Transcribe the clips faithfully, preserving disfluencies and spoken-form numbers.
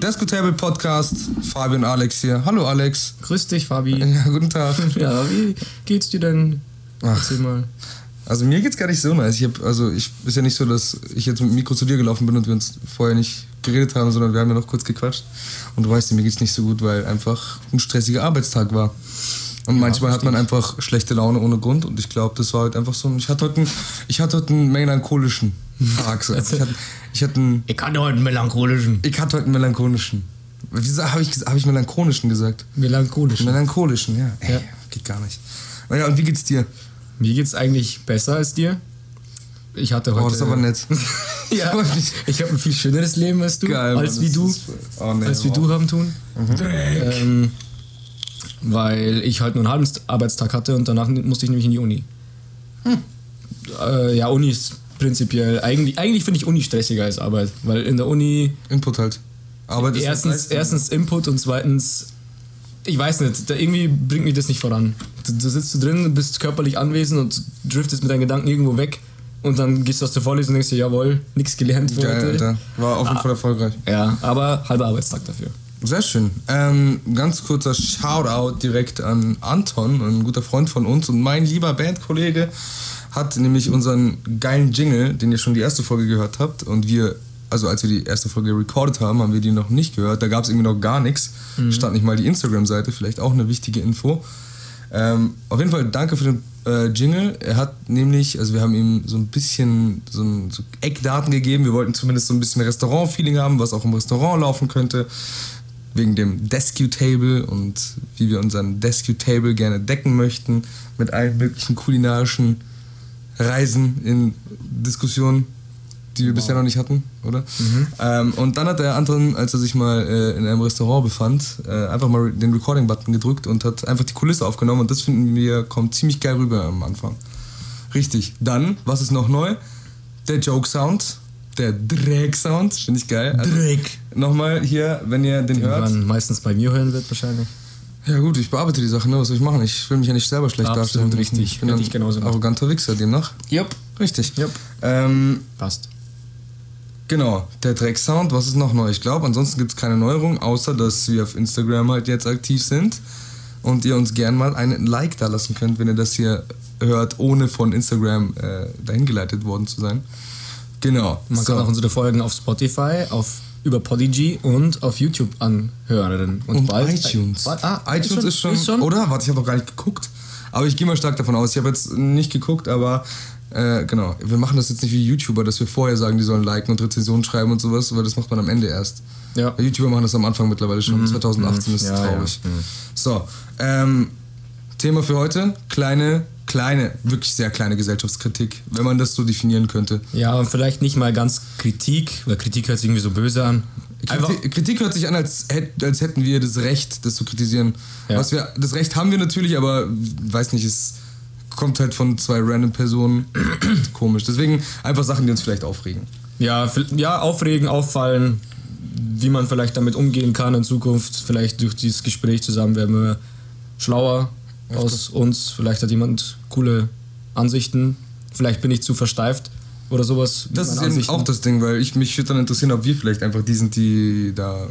Desko Table Podcast, Fabi und Alex hier. Hallo Alex. Grüß dich, Fabi. Ja, guten Tag. Ja, wie geht's dir denn? Ach. Erzähl mal. Also mir geht's gar nicht so nice. Ich hab, also ich ist ja nicht so, dass ich jetzt mit dem Mikro zu dir gelaufen bin und wir uns vorher nicht geredet haben, sondern wir haben ja noch kurz gequatscht. Und du weißt, mir geht's nicht so gut, weil einfach ein stressiger Arbeitstag war. Und ja, manchmal hat man einfach schlechte Laune ohne Grund und ich glaube, das war heute einfach so. Ich hatte heute einen, ich hatte heute einen melancholischen Tag. So. Ich, hatte, ich, hatte einen, ich hatte heute einen melancholischen. Ich hatte heute einen melancholischen. Wieso habe ich, hab ich melancholischen gesagt? Melancholischen. Melancholischen, ja. Ey, ja. Geht gar nicht. Naja, und wie geht's dir? Mir geht's eigentlich besser als dir. Ich hatte heute... Oh, das ist aber nett. Ja, ich habe ein viel schöneres Leben als du. Geil, als Mann, wie du. Ist, oh, nee, als wie wow. du haben tun. Mhm. Ähm, weil ich halt nur einen halben Arbeitstag hatte und danach musste ich nämlich in die Uni. Hm. Äh, ja, Uni ist prinzipiell... Eigentlich, eigentlich finde ich Uni stressiger als Arbeit. Weil in der Uni... Input halt. Arbeit ist erstens, erstens Input und zweitens... Ich weiß nicht, da irgendwie bringt mich das nicht voran. Du, du sitzt du drin, bist körperlich anwesend und driftest mit deinen Gedanken irgendwo weg und dann gehst du aus der Vorlesung und denkst dir, jawohl, nichts gelernt für Geil, heute. Alter. War auf jeden ah, Fall erfolgreich. Ja, aber halber Arbeitstag dafür. Sehr schön. Ähm, ganz kurzer Shoutout direkt an Anton, ein guter Freund von uns und mein lieber Bandkollege hat nämlich unseren geilen Jingle, den ihr schon die erste Folge gehört habt und wir... Also als wir die erste Folge recorded haben, haben wir die noch nicht gehört. Da gab es irgendwie noch gar nichts. Mhm. Stand nicht mal die Instagram-Seite, vielleicht auch eine wichtige Info. Ähm, auf jeden Fall danke für den äh, Jingle. Er hat nämlich, also wir haben ihm so ein bisschen so, ein, so Eckdaten gegeben. Wir wollten zumindest so ein bisschen Restaurant-Feeling haben, was auch im Restaurant laufen könnte. Wegen dem Desko Table und wie wir unseren Desko Table gerne decken möchten. Mit allen möglichen kulinarischen Reisen in Diskussionen, die wir wow. bisher noch nicht hatten, oder? Mhm. Ähm, und dann hat der Anton, als er sich mal äh, in einem Restaurant befand, äh, einfach mal den Recording-Button gedrückt und hat einfach die Kulisse aufgenommen und das finden wir, kommt ziemlich geil rüber am Anfang. Richtig. Dann, was ist noch neu? Der Joke-Sound, der Dreck-Sound, finde ich geil. Also, Dreck. Nochmal hier, wenn ihr den, den hört. Man meistens bei mir hören wird wahrscheinlich. Ja gut, ich bearbeite die Sachen, ne? Was soll ich machen? Ich will mich ja nicht selber schlecht darstellen. Absolut richtig. Ich bin ein ich genauso arroganter Wichser demnach. Jupp. Richtig. Jupp. Ähm, Passt. Genau, der Drecksound, was ist noch neu? Ich glaube, ansonsten gibt es keine Neuerung, außer dass wir auf Instagram halt jetzt aktiv sind und ihr uns gern mal einen Like da lassen könnt, wenn ihr das hier hört, ohne von Instagram äh, dahin geleitet worden zu sein. Genau. Man so. kann auch unsere Folgen auf Spotify, auf über Podigy und auf YouTube anhören. Und, und bald, iTunes. Äh, ah, iTunes ist schon, ist schon, oder? Warte, ich habe noch gar nicht geguckt. Aber ich gehe mal stark davon aus. Ich habe jetzt nicht geguckt, aber äh, genau. Wir machen das jetzt nicht wie YouTuber, dass wir vorher sagen, die sollen liken und Rezensionen schreiben und sowas, weil das macht man am Ende erst. Ja. Die YouTuber machen das am Anfang mittlerweile schon. Mhm. zwanzig achtzehn mhm. ist ja, traurig. Ja. Mhm. So, ähm, Thema für heute. Kleine, kleine, wirklich sehr kleine Gesellschaftskritik, wenn man das so definieren könnte. Ja, und vielleicht nicht mal ganz Kritik, weil Kritik hört sich irgendwie so böse an. Kritik, Kritik hört sich an, als, als hätten wir das Recht, das zu kritisieren. Ja. Was wir, das Recht haben wir natürlich, aber weiß nicht, es kommt halt von zwei random Personen. Komisch. Deswegen einfach Sachen, die uns vielleicht aufregen. Ja, ja, aufregen, auffallen, wie man vielleicht damit umgehen kann in Zukunft. Vielleicht durch dieses Gespräch zusammen werden wir schlauer Öfter. aus uns. Vielleicht hat jemand coole Ansichten. Vielleicht bin ich zu versteift. Oder sowas. Das ist eben auch das Ding, weil ich mich würde dann interessieren, ob wir vielleicht einfach die sind, die da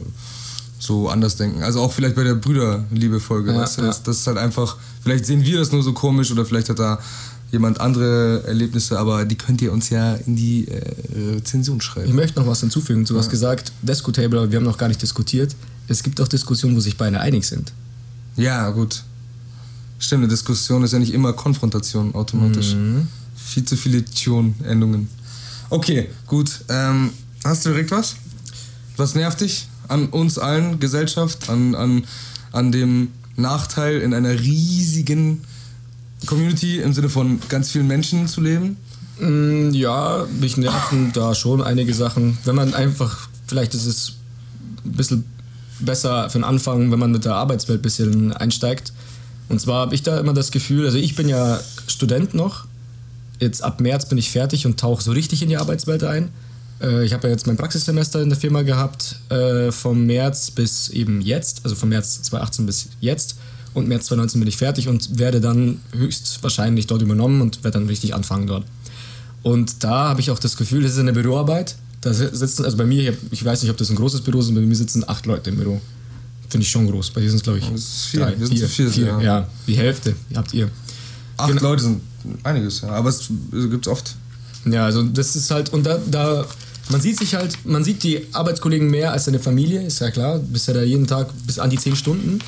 so anders denken. Also auch vielleicht bei der Brüderliebe-Folge. Ja, weißt du, ja. das, das ist halt einfach, vielleicht sehen wir das nur so komisch oder vielleicht hat da jemand andere Erlebnisse, aber die könnt ihr uns ja in die äh, Rezension schreiben. Ich möchte noch was hinzufügen. Du ja. hast gesagt, Desko Table, aber wir haben noch gar nicht diskutiert. Es gibt auch Diskussionen, wo sich beide einig sind. Ja, gut. Stimmt, eine Diskussion ist ja nicht immer Konfrontation automatisch. Mhm. Viel zu viele Tion-Endungen. Okay, gut. Ähm, hast du direkt was? Was nervt dich an uns allen, Gesellschaft, an, an, an dem Nachteil, in einer riesigen Community im Sinne von ganz vielen Menschen zu leben? Mm, ja, mich nerven da schon einige Sachen. Wenn man einfach, vielleicht ist es ein bisschen besser für den Anfang, wenn man mit der Arbeitswelt ein bisschen einsteigt. Und zwar habe ich da immer das Gefühl, also ich bin ja Student noch. Jetzt ab März bin ich fertig und tauche so richtig in die Arbeitswelt ein. Äh, ich habe ja jetzt mein Praxissemester in der Firma gehabt, äh, vom März bis eben jetzt, also vom März zwanzig achtzehn bis jetzt. Und März zwanzig neunzehn bin ich fertig und werde dann höchstwahrscheinlich dort übernommen und werde dann richtig anfangen dort. Und da habe ich auch das Gefühl, das ist eine Büroarbeit Da sitzen, also bei mir, ich, hab, ich weiß nicht, ob das ein großes Büro ist, bei mir sitzen acht Leute im Büro. Finde ich schon groß. Bei dir sind es, glaube ich, das ist viel. drei, Wir sind vier, zu viel, vier, ja. ja. Die Hälfte habt ihr. Acht Genau. Leute sind einiges, ja. Aber es gibt es oft. Ja, also das ist halt, und da, da, man sieht sich halt, man sieht die Arbeitskollegen mehr als deine Familie, ist ja klar. Du bist ja da jeden Tag bis an die zehn Stunden.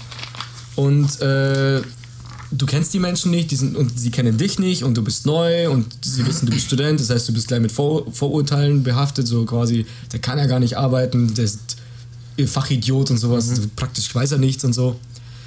Und äh, du kennst die Menschen nicht, die sind, und sie kennen dich nicht und du bist neu und sie wissen, du bist Student, das heißt, du bist gleich mit Vor- Vorurteilen behaftet, so quasi, der kann ja gar nicht arbeiten, der ist Fachidiot und sowas, mhm. praktisch weiß er nichts und so.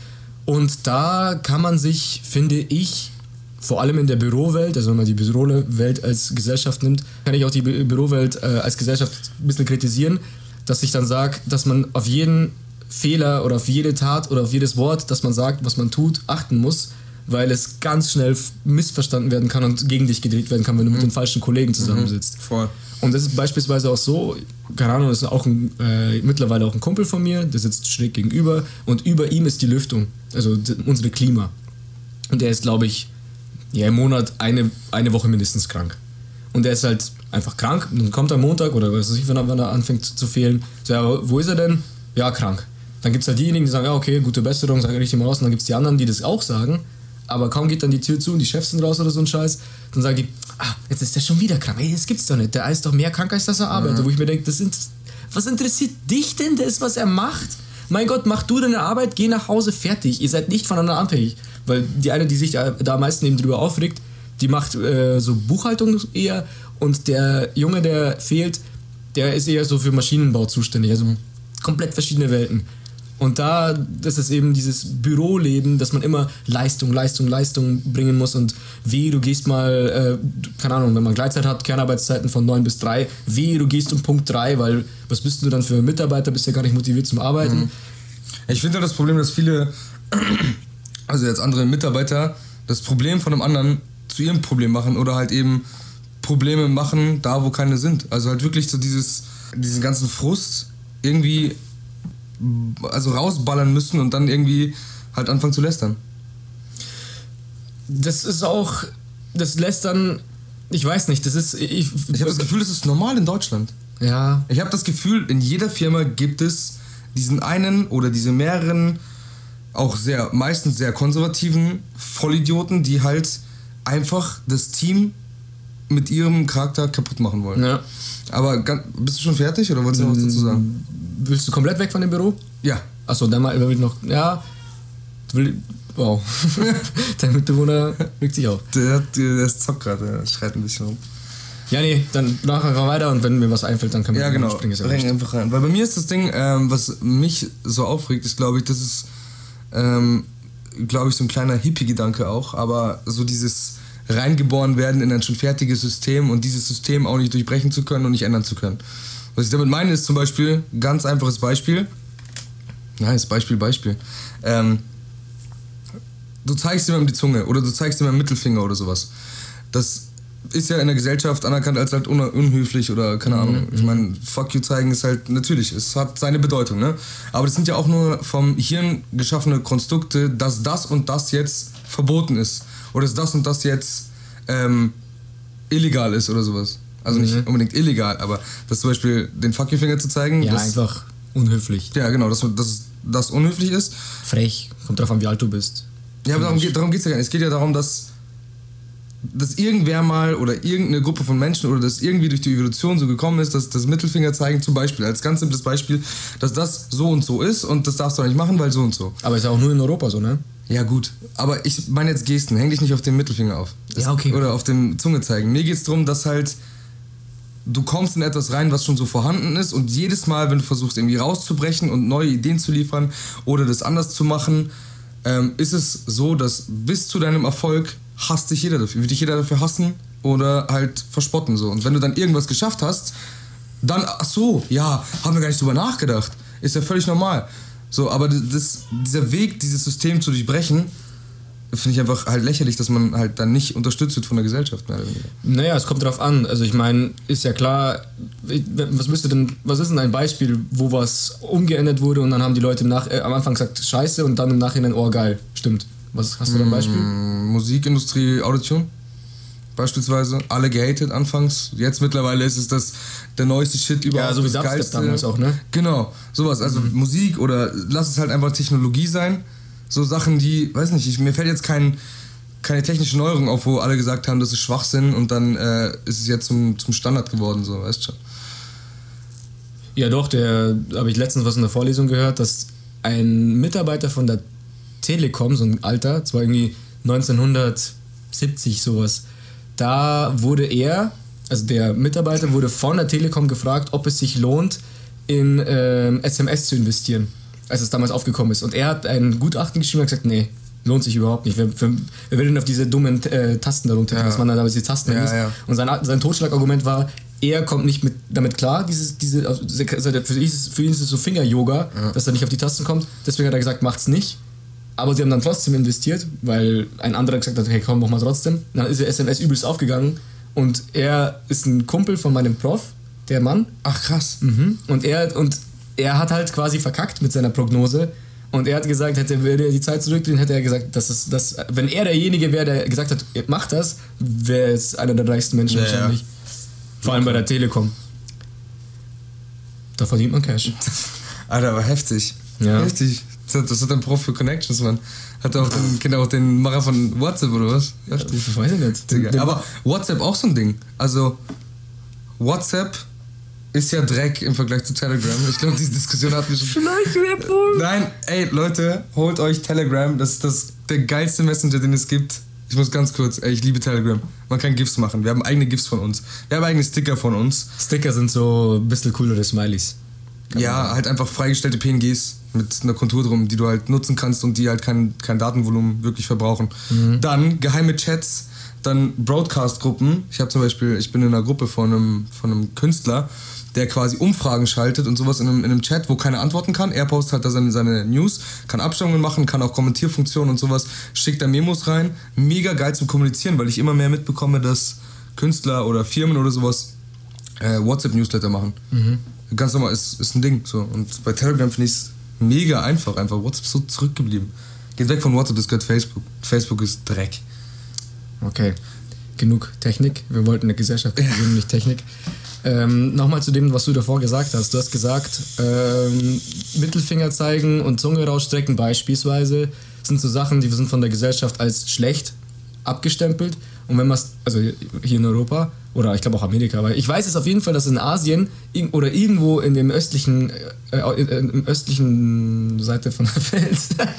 Und da kann man sich, finde ich, vor allem in der Bürowelt, also wenn man die Bürowelt als Gesellschaft nimmt, kann ich auch die Bü- Bürowelt äh, als Gesellschaft ein bisschen kritisieren, dass ich dann sage, dass man auf jeden Fehler oder auf jede Tat oder auf jedes Wort, das man sagt, was man tut, achten muss, weil es ganz schnell f- missverstanden werden kann und gegen dich gedreht werden kann, wenn du mhm. mit den falschen Kollegen zusammensitzt. Mhm. Voll. Und das ist beispielsweise auch so, keine Ahnung, das ist auch ein, äh, mittlerweile auch ein Kumpel von mir, der sitzt schräg gegenüber und über ihm ist die Lüftung, also d- unsere Klima. Und der ist, glaube ich, ja, im Monat eine, eine Woche mindestens krank. Und der ist halt einfach krank. Und dann kommt er am Montag oder was weiß ich, wenn er, wenn er anfängt zu fehlen. So, ja, wo ist er denn? Ja, krank. Dann gibt es halt diejenigen, die sagen, ja, okay, gute Besserung, sag richtig mal raus. Und dann gibt es die anderen, die das auch sagen. Aber kaum geht dann die Tür zu und die Chefs sind raus oder so ein Scheiß. Dann sagen die, ah, jetzt ist der schon wieder krank. Ey, das gibt's doch nicht. Der ist doch mehr krank, als dass er arbeitet. Mhm. Wo ich mir denke, das sind, was interessiert dich denn das, was er macht? Mein Gott, mach du deine Arbeit, geh nach Hause, fertig. Ihr seid nicht voneinander abhängig. Weil die eine, die sich da, da am meisten eben drüber aufregt, die macht äh, so Buchhaltung eher. Und der Junge, der fehlt, der ist eher so für Maschinenbau zuständig. Also komplett verschiedene Welten. Und da, das ist eben dieses Büroleben, dass man immer Leistung, Leistung, Leistung bringen muss und weh, du gehst mal, äh, keine Ahnung, wenn man Gleitzeit hat, Kernarbeitszeiten von neun bis drei, weh, du gehst um Punkt drei, weil was bist du dann für ein Mitarbeiter, bist ja gar nicht motiviert zum Arbeiten. Mhm. Ich finde halt das Problem, dass viele, also jetzt andere Mitarbeiter, das Problem von einem anderen zu ihrem Problem machen oder halt eben Probleme machen, da wo keine sind. Also halt wirklich so dieses, diesen ganzen Frust irgendwie also rausballern müssen und dann irgendwie halt anfangen zu lästern. Das ist auch, das Lästern, ich weiß nicht, das ist... Ich, ich habe das Gefühl, das ist normal in Deutschland. Ja. Ich habe das Gefühl, in jeder Firma gibt es diesen einen oder diese mehreren, auch sehr, meistens sehr konservativen Vollidioten, die halt einfach das Team mit ihrem Charakter kaputt machen wollen. Ja. Aber bist du schon fertig oder wolltest du noch was dazu sagen? Willst du komplett weg von dem Büro? Ja. Achso, dann mal will ich noch. Ja. Will, wow. Dein Mitbewohner regt sich auf. Der, der, der ist zockt gerade, der schreit ein bisschen rum. Ja, nee, dann nachher einfach weiter und wenn mir was einfällt, dann können wir ja, genau. springen. Ja, rein einfach rein. Weil bei mir ist das Ding, ähm, was mich so aufregt, ist, glaube ich, das ist, ähm, glaube ich, so ein kleiner Hippie-Gedanke auch, aber so dieses reingeboren werden in ein schon fertiges System und dieses System auch nicht durchbrechen zu können und nicht ändern zu können. Was ich damit meine, ist zum Beispiel, ganz einfaches Beispiel, nein, das Beispiel, Beispiel, ähm, du zeigst jemandem die Zunge oder du zeigst jemandem Mittelfinger oder sowas. Das ist ja in der Gesellschaft anerkannt als halt un- unhöflich oder keine Ahnung. Mhm. Ich meine, fuck you zeigen ist halt natürlich, es hat seine Bedeutung, ne? Aber das sind ja auch nur vom Hirn geschaffene Konstrukte, dass das und das jetzt verboten ist. Oder dass das und das jetzt ähm, illegal ist oder sowas. Also mhm. nicht unbedingt illegal, aber das zum Beispiel den fuck you Finger zu zeigen. Ja, das, einfach unhöflich. Ja, genau, dass das, das unhöflich ist. Frech, kommt drauf an, wie alt du bist. Ja, aber darum, geht, darum geht es ja gar nicht. Es geht ja darum, dass dass irgendwer mal oder irgendeine Gruppe von Menschen oder das irgendwie durch die Evolution so gekommen ist, dass das Mittelfinger zeigen zum Beispiel, als ganz simples Beispiel, dass das so und so ist und das darfst du nicht machen, weil so und so. Aber ist ja auch nur in Europa so, ne? Ja gut, aber ich meine jetzt Gesten, häng dich nicht auf den Mittelfinger auf. Das, ja, okay. Oder auf dem Zunge zeigen. Mir geht es darum, dass halt du kommst in etwas rein, was schon so vorhanden ist und jedes Mal, wenn du versuchst irgendwie rauszubrechen und neue Ideen zu liefern oder das anders zu machen, ähm, ist es so, dass bis zu deinem Erfolg hasst dich jeder dafür, wird dich jeder dafür hassen oder halt verspotten so. Und wenn du dann irgendwas geschafft hast, dann, ach so, ja, haben wir gar nicht drüber nachgedacht. Ist ja völlig normal. So, aber das, dieser Weg, dieses System zu durchbrechen, finde ich einfach halt lächerlich, dass man halt dann nicht unterstützt wird von der Gesellschaft. Mehr oder weniger. Naja, es kommt drauf an. Also ich meine, ist ja klar, was müsste denn, was ist denn ein Beispiel, wo was umgeändert wurde und dann haben die Leute nach, äh, am Anfang gesagt, scheiße und dann im Nachhinein, oh geil, stimmt. Was hast du da ein Beispiel? Mm, Musikindustrie, Audition. beispielsweise. Alle gehatet anfangs. Jetzt mittlerweile ist es das der neueste Shit überhaupt. Ja, so wie das Dubstep damals auch, ne? Genau, sowas. Also mhm. Musik oder lass es halt einfach Technologie sein. So Sachen, die, weiß nicht, ich, mir fällt jetzt kein, keine technische Neuerung auf, wo alle gesagt haben, das ist Schwachsinn und dann äh, ist es jetzt zum, zum Standard geworden, so, weißt du schon. Ja doch, der habe ich letztens was in der Vorlesung gehört, dass ein Mitarbeiter von der Telekom, so ein Alter, das war irgendwie neunzehnhundertsiebzig sowas, da wurde er, also der Mitarbeiter wurde von der Telekom gefragt, ob es sich lohnt, in ähm, S M S zu investieren, als es damals aufgekommen ist. Und er hat ein Gutachten geschrieben und gesagt, nee, lohnt sich überhaupt nicht. Wer, wer, wer will denn auf diese dummen äh, Tasten darunter, ja. dass man dann damals die Tasten ja, liest? Ja. Und sein, sein Totschlagargument war, er kommt nicht mit, damit klar, dieses, diese, also für, ihn ist es, für ihn ist es so Finger-Yoga, ja. dass er nicht auf die Tasten kommt. Deswegen hat er gesagt, macht's nicht. Aber sie haben dann trotzdem investiert, weil ein anderer gesagt hat, hey komm, mach mal trotzdem. Dann ist der S M S übelst aufgegangen und er ist ein Kumpel von meinem Prof, der Mann. Ach krass. Mhm. Und, er, und er hat halt quasi verkackt mit seiner Prognose und er hat gesagt, hätte er die Zeit zurückdrehen, hätte er gesagt, dass es, dass, wenn er derjenige wäre, der gesagt hat, mach das, wäre es einer der reichsten Menschen ja, wahrscheinlich. Ja. Vor allem bei der Telekom. Da verdient man Cash. Alter, aber heftig. Ja. Heftig. Das hat ein Prof für Connections, Mann. Hat er auch den, kennt er auch den Macher von WhatsApp oder was? Heftig. Ich weiß ich nicht. Digga. Aber WhatsApp auch so ein Ding. Also, WhatsApp ist ja Dreck im Vergleich zu Telegram. Ich glaube, diese Diskussion hatten wir schon. Nein, ey, Leute, holt euch Telegram. Das ist das, der geilste Messenger, den es gibt. Ich muss ganz kurz, ey, ich liebe Telegram. Man kann GIFs machen. Wir haben eigene GIFs von uns. Wir haben eigene Sticker von uns. Sticker sind so ein bisschen coolere Smileys. Kann ja, halt einfach freigestellte P N Gs mit einer Kontur drum, die du halt nutzen kannst und die halt kein, kein Datenvolumen wirklich verbrauchen. Mhm. Dann geheime Chats, dann Broadcast-Gruppen. Ich habe zum Beispiel, ich bin in einer Gruppe von einem, von einem Künstler, der quasi Umfragen schaltet und sowas in einem, in einem Chat, wo keiner antworten kann. Er postet halt da seine, seine News, kann Abstimmungen machen, kann auch Kommentierfunktionen und sowas, schickt da Memos rein. Mega geil zum Kommunizieren, weil ich immer mehr mitbekomme, dass Künstler oder Firmen oder sowas äh, WhatsApp-Newsletter machen. Mhm. Ganz normal, ist, ist ein Ding. So. Und bei Telegram finde ich es mega einfach, einfach. WhatsApp ist so zurückgeblieben. Geht weg von WhatsApp, das gehört Facebook. Facebook ist Dreck. Okay, genug Technik. Wir wollten eine Gesellschaft, ja. nicht Technik. Ähm, Nochmal zu dem, was du davor gesagt hast. Du hast gesagt, ähm, Mittelfinger zeigen und Zunge rausstrecken beispielsweise sind so Sachen, die sind von der Gesellschaft als schlecht abgestempelt. Und wenn man es, also hier in Europa oder ich glaube auch Amerika, aber ich weiß es auf jeden Fall, dass in Asien oder irgendwo in dem östlichen, äh, in östlichen Seite von der Welt,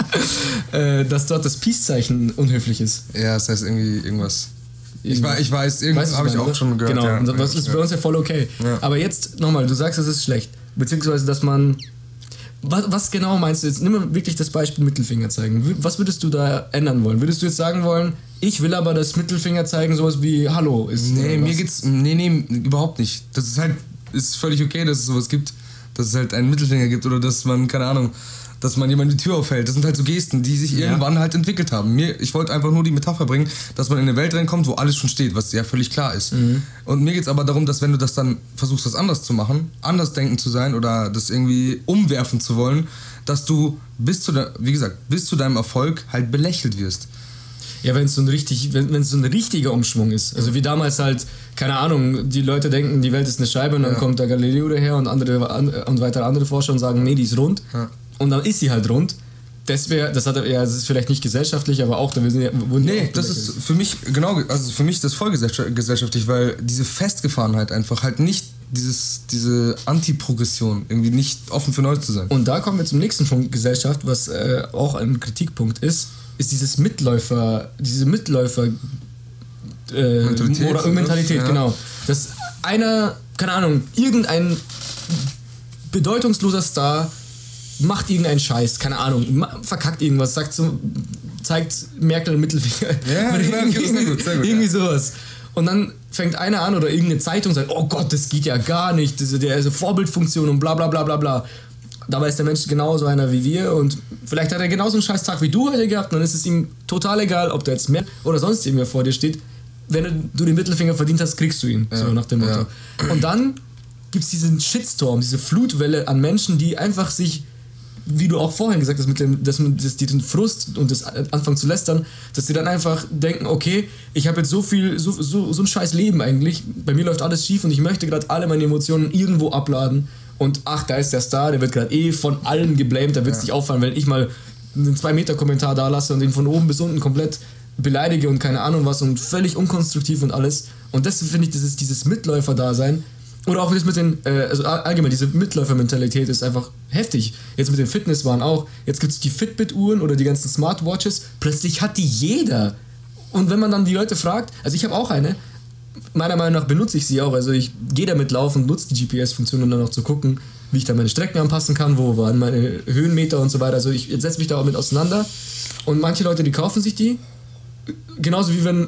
äh, dass dort das Peace-Zeichen unhöflich ist. Ja, das heißt irgendwie irgendwas. Ich, war, ich weiß, irgendwas habe ich auch schon gehört. Genau, ja. und das ist bei uns ja voll okay. Ja. Aber jetzt nochmal, du sagst, es ist schlecht. Beziehungsweise, dass man... Was, was genau meinst du jetzt? Nimm mal wirklich das Beispiel Mittelfinger zeigen. Was würdest du da ändern wollen? Würdest du jetzt sagen wollen, ich will aber das Mittelfinger zeigen, sowas wie Hallo ist? Nee, mir geht's... Nee, nee, überhaupt nicht. Das ist halt... Ist völlig okay, dass es sowas gibt. Dass es halt einen Mittelfinger gibt oder dass man, keine Ahnung... dass man jemand die Tür aufhält. Das sind halt so Gesten, die sich ja. irgendwann halt entwickelt haben. Mir, ich wollte einfach nur die Metapher bringen, dass man in eine Welt reinkommt, wo alles schon steht, was ja völlig klar ist. Mhm. Und mir geht es aber darum, dass wenn du das dann versuchst, das anders zu machen, anders denken zu sein oder das irgendwie umwerfen zu wollen, dass du bis zu, der, wie gesagt, bis zu deinem Erfolg halt belächelt wirst. Ja, wenn es so ein richtig, wenn es so ein richtiger Umschwung ist. Also wie damals halt, keine Ahnung, die Leute denken, die Welt ist eine Scheibe und dann ja. kommt der Galileo daher und andere und weitere andere Forscher und sagen, nee, die ist rund. Ja. Und dann ist sie halt rund. Das wäre, das hat ja, das ist vielleicht nicht gesellschaftlich, aber auch da wir sind ja, nee, das ist für mich genau, also für mich ist das voll gesellschaftlich, weil diese Festgefahrenheit einfach halt nicht dieses, diese Antiprogression, irgendwie nicht offen für Neues zu sein. Und da kommen wir zum nächsten Punkt Gesellschaft, was äh, auch ein Kritikpunkt ist, ist dieses Mitläufer, diese Mitläufer äh, Mentalität, oder Mentalität, ja. genau. Dass einer, keine Ahnung, irgendein bedeutungsloser Star macht irgendeinen Scheiß, keine Ahnung, verkackt irgendwas, sagt so, zeigt Merkel den Mittelfinger. Ja, irgendwie, sehr gut, sehr gut, irgendwie ja. sowas. Und dann fängt einer an oder irgendeine Zeitung sagt, oh Gott, das geht ja gar nicht, das ist ja eine Vorbildfunktion und bla bla bla bla bla. Dabei ist der Mensch genauso einer wie wir und vielleicht hat er genauso einen scheiß Tag wie du heute gehabt und dann ist es ihm total egal, ob der jetzt mehr oder sonst irgendwer vor dir steht. Wenn du den Mittelfinger verdient hast, kriegst du ihn, ja, so nach dem Motto. Ja. Und dann gibt es diesen Shitstorm, diese Flutwelle an Menschen, die einfach sich wie du auch vorhin gesagt hast, mit dem, dass man das, diesen Frust und das Anfangen zu lästern, dass sie dann einfach denken, okay, ich habe jetzt so viel, so, so, so ein scheiß Leben eigentlich, bei mir läuft alles schief und ich möchte gerade alle meine Emotionen irgendwo abladen und ach, da ist der Star, der wird gerade eh von allen geblamed, da wird es ja. nicht auffallen, wenn ich mal einen zwei Meter Kommentar da lasse und den von oben bis unten komplett beleidige und keine Ahnung was und völlig unkonstruktiv und alles. Und das finde ich, das ist dieses Mitläufer-Dasein. Oder auch das mit den, äh, also allgemein, diese Mitläufer-Mentalität ist einfach heftig. Jetzt mit den Fitnesswaren auch. Jetzt gibt es die Fitbit-Uhren oder die ganzen Smartwatches. Plötzlich hat die jeder. Und wenn man dann die Leute fragt, also ich habe auch eine, meiner Meinung nach benutze ich sie auch. Also ich gehe damit laufen und nutze die G P S-Funktion, um dann auch zu gucken, wie ich da meine Strecken anpassen kann, wo waren meine Höhenmeter und so weiter. Also ich setze mich da auch mit auseinander. Und manche Leute, die kaufen sich die. Genauso wie wenn,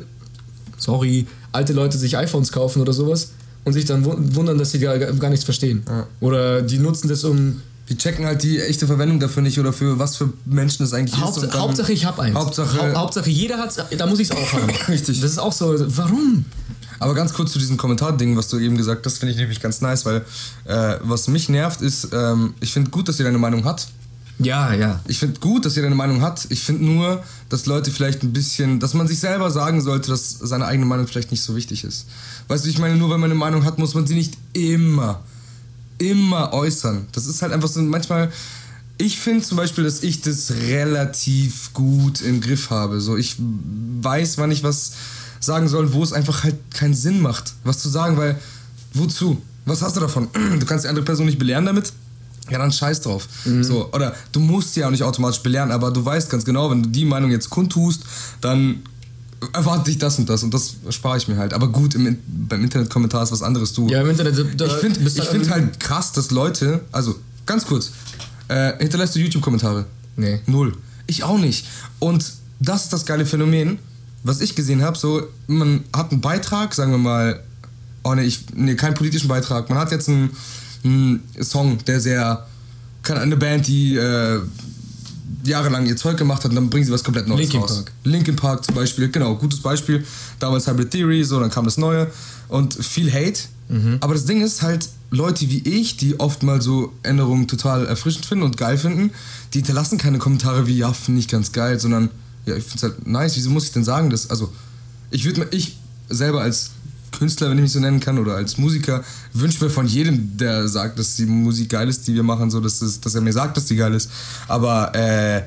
sorry, alte Leute sich iPhones kaufen oder sowas. Und sich dann wundern, dass sie gar, gar nichts verstehen. Ja. Oder die nutzen das um... Die checken halt die echte Verwendung dafür nicht oder für was für Menschen es eigentlich Haupt, ist. Und Hauptsache ich hab eins. Hauptsache, Haupt, Hauptsache jeder hat's, da muss ich es auch haben. Richtig. Das ist auch so, warum? Aber ganz kurz zu diesem Kommentar-Ding, was du eben gesagt hast, finde ich nämlich ganz nice, weil äh, was mich nervt ist, ähm, ich finde gut, dass ihr deine Meinung hat. Ja, ja. Ich finde gut, dass ihr deine Meinung hat. Ich finde nur, dass Leute vielleicht ein bisschen, dass man sich selber sagen sollte, dass seine eigene Meinung vielleicht nicht so wichtig ist. Weißt du, ich meine, nur wenn man eine Meinung hat, muss man sie nicht immer, immer äußern. Das ist halt einfach so, manchmal, ich finde zum Beispiel, dass ich das relativ gut im Griff habe. So, ich weiß, wann ich was sagen soll, wo es einfach halt keinen Sinn macht, was zu sagen, weil, wozu? Was hast du davon? Du kannst die andere Person nicht belehren damit? Ja, dann scheiß drauf. Mhm. So, oder du musst sie ja auch nicht automatisch belehren, aber du weißt ganz genau, wenn du die Meinung jetzt kundtust, dann erwarte ich das und das und das spare ich mir halt. Aber gut, im, beim Internetkommentar ist was anderes. Du, ja, im Internet... Da, ich finde ich find halt krass, dass Leute... Also, ganz kurz. Äh, hinterlässt du YouTube-Kommentare? Nee. Null. Ich auch nicht. Und das ist das geile Phänomen, was ich gesehen habe. So, man hat einen Beitrag, sagen wir mal... Oh ne, ich, nee, keinen politischen Beitrag. Man hat jetzt einen... ein Song, der sehr, keine eine Band, die äh, jahrelang ihr Zeug gemacht hat und dann bringen sie was komplett Neues Linkin raus. Park. Linkin Park zum Beispiel, genau, gutes Beispiel. Damals Hybrid Theory, so, dann kam das Neue und viel Hate. Mhm. Aber das Ding ist halt, Leute wie ich, die oft mal so Änderungen total erfrischend finden und geil finden, die hinterlassen keine Kommentare wie, ja, finde ich ganz geil, sondern, ja, ich finde es halt nice, wieso muss ich denn sagen, dass, also, ich würde mir, ich selber als Künstler, wenn ich mich so nennen kann, oder als Musiker, wünsche mir von jedem, der sagt, dass die Musik geil ist, die wir machen, so, dass, das, dass er mir sagt, dass die geil ist. Aber, äh,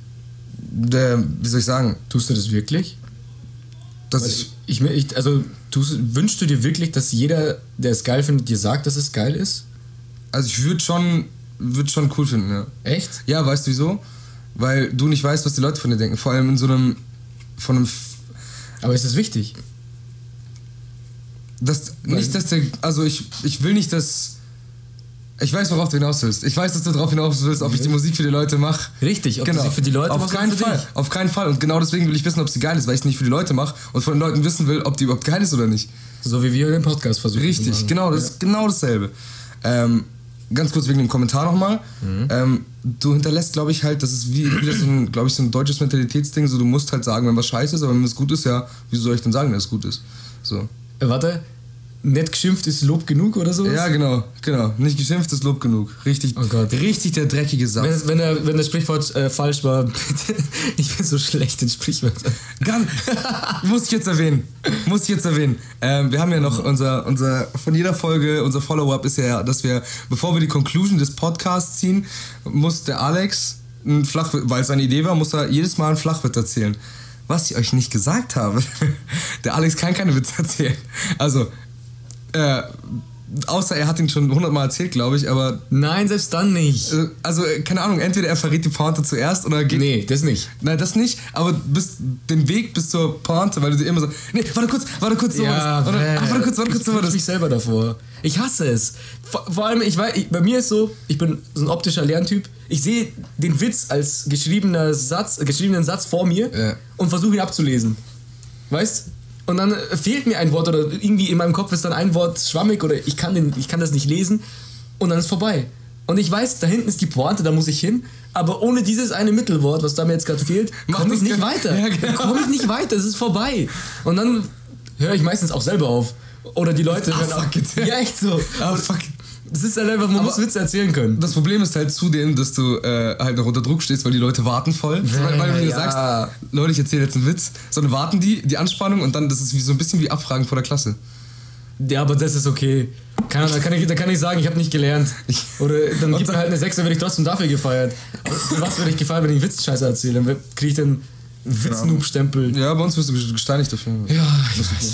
der, wie soll ich sagen? Tust du das wirklich? Dass ich, ich, ich, also, tust, wünschst du dir wirklich, dass jeder, der es geil findet, dir sagt, dass es geil ist? Also, ich würde schon, würd schon cool finden, ja. Echt? Ja, weißt du wieso? Weil du nicht weißt, was die Leute von dir denken. Vor allem in so einem, von einem... Aber ist das wichtig? Das, nicht, dass der, also ich, ich will nicht, dass, ich weiß, worauf du hinaus willst. Ich weiß, dass du darauf hinaus willst, ob ich die Musik für die Leute mache. Richtig, ob genau. du sie für die Leute auf machst. Keinen Fall, dich. Auf keinen Fall. Und genau deswegen will ich wissen, ob sie geil ist, weil ich es nicht für die Leute mache und von den Leuten wissen will, ob die überhaupt geil ist oder nicht. So wie wir den Podcast versuchen. Richtig, genau, das ja. ist genau dasselbe. Ähm, ganz kurz wegen dem Kommentar nochmal. Mhm. Ähm, du hinterlässt, glaube ich, halt, das ist wie wieder so ein, glaube ich, so ein deutsches Mentalitätsding, so du musst halt sagen, wenn was scheiße ist, aber wenn es gut ist, ja, wieso soll ich denn sagen, dass es gut ist? So. Äh, warte, nicht geschimpft ist Lob genug oder so? Ja, genau, genau. Nicht geschimpft ist Lob genug. Richtig, oh Gott. Richtig der dreckige Satz. Wenn, wenn, der, wenn das Sprichwort äh, falsch war, bitte. Ich bin so schlecht in Sprichwörtern. Ganz, muss ich jetzt erwähnen. Muss ich jetzt erwähnen. Ähm, wir haben ja noch unser, unser, von jeder Folge, unser Follow-up ist ja, dass wir, bevor wir die Conclusion des Podcasts ziehen, muss der Alex, ein Flachwitz, weil es seine Idee war, muss er jedes Mal einen Flachwitz erzählen. Was ich euch nicht gesagt habe, der Alex kann keine Witze erzählen. Also, Äh, außer er hat ihn schon hundertmal erzählt, glaube ich, aber... Nein, selbst dann nicht. Äh, also, keine Ahnung, entweder er verrät die Pointe zuerst oder geht... Nee, das nicht. Nein, das nicht, aber bis, den Weg bis zur Pointe, weil du dir immer so... Nee, warte kurz, warte kurz, so ja, warte, ach, warte kurz, warte kurz, so war das. Ich mich selber davor. Ich hasse es. Vor, vor allem, ich weiß, ich, bei mir ist so, ich bin so ein optischer Lerntyp, ich sehe den Witz als geschriebener Satz, geschriebenen Satz vor mir ja. und versuche ihn abzulesen. Weißt du? Und dann fehlt mir ein Wort oder irgendwie in meinem Kopf ist dann ein Wort schwammig oder ich kann, den, ich kann das nicht lesen und dann ist vorbei. Und ich weiß, da hinten ist die Pointe, da muss ich hin, aber ohne dieses eine Mittelwort, was da mir jetzt gerade fehlt, komme ich nicht weiter. Ja, genau. komme ich nicht weiter, es ist vorbei. Und dann höre ich meistens auch selber auf. Oder die Leute ah, hören fuck auch. It. Ja, echt so. Ah, fuck it. Das ist halt einfach, man aber muss Witze erzählen können. Das Problem ist halt zudem, dass du äh, halt noch unter Druck stehst, weil die Leute warten voll. Ja, weil, weil du dir ja. sagst, Leute, ich erzähle jetzt einen Witz, sondern warten die, die Anspannung und dann, das ist wie so ein bisschen wie Abfragen vor der Klasse. Ja, aber das ist okay. Kann, da, kann ich, da kann ich sagen, ich habe nicht gelernt. Oder dann gibt mir halt eine sechs, dann werde ich trotzdem dafür gefeiert. Für was werde ich gefeiert, wenn ich einen Witz-Scheiße erzähle? Dann kriege ich den Witz-Noob-Stempel. Ja, bei uns wirst du gesteinigt dafür. Ja, ich weiß.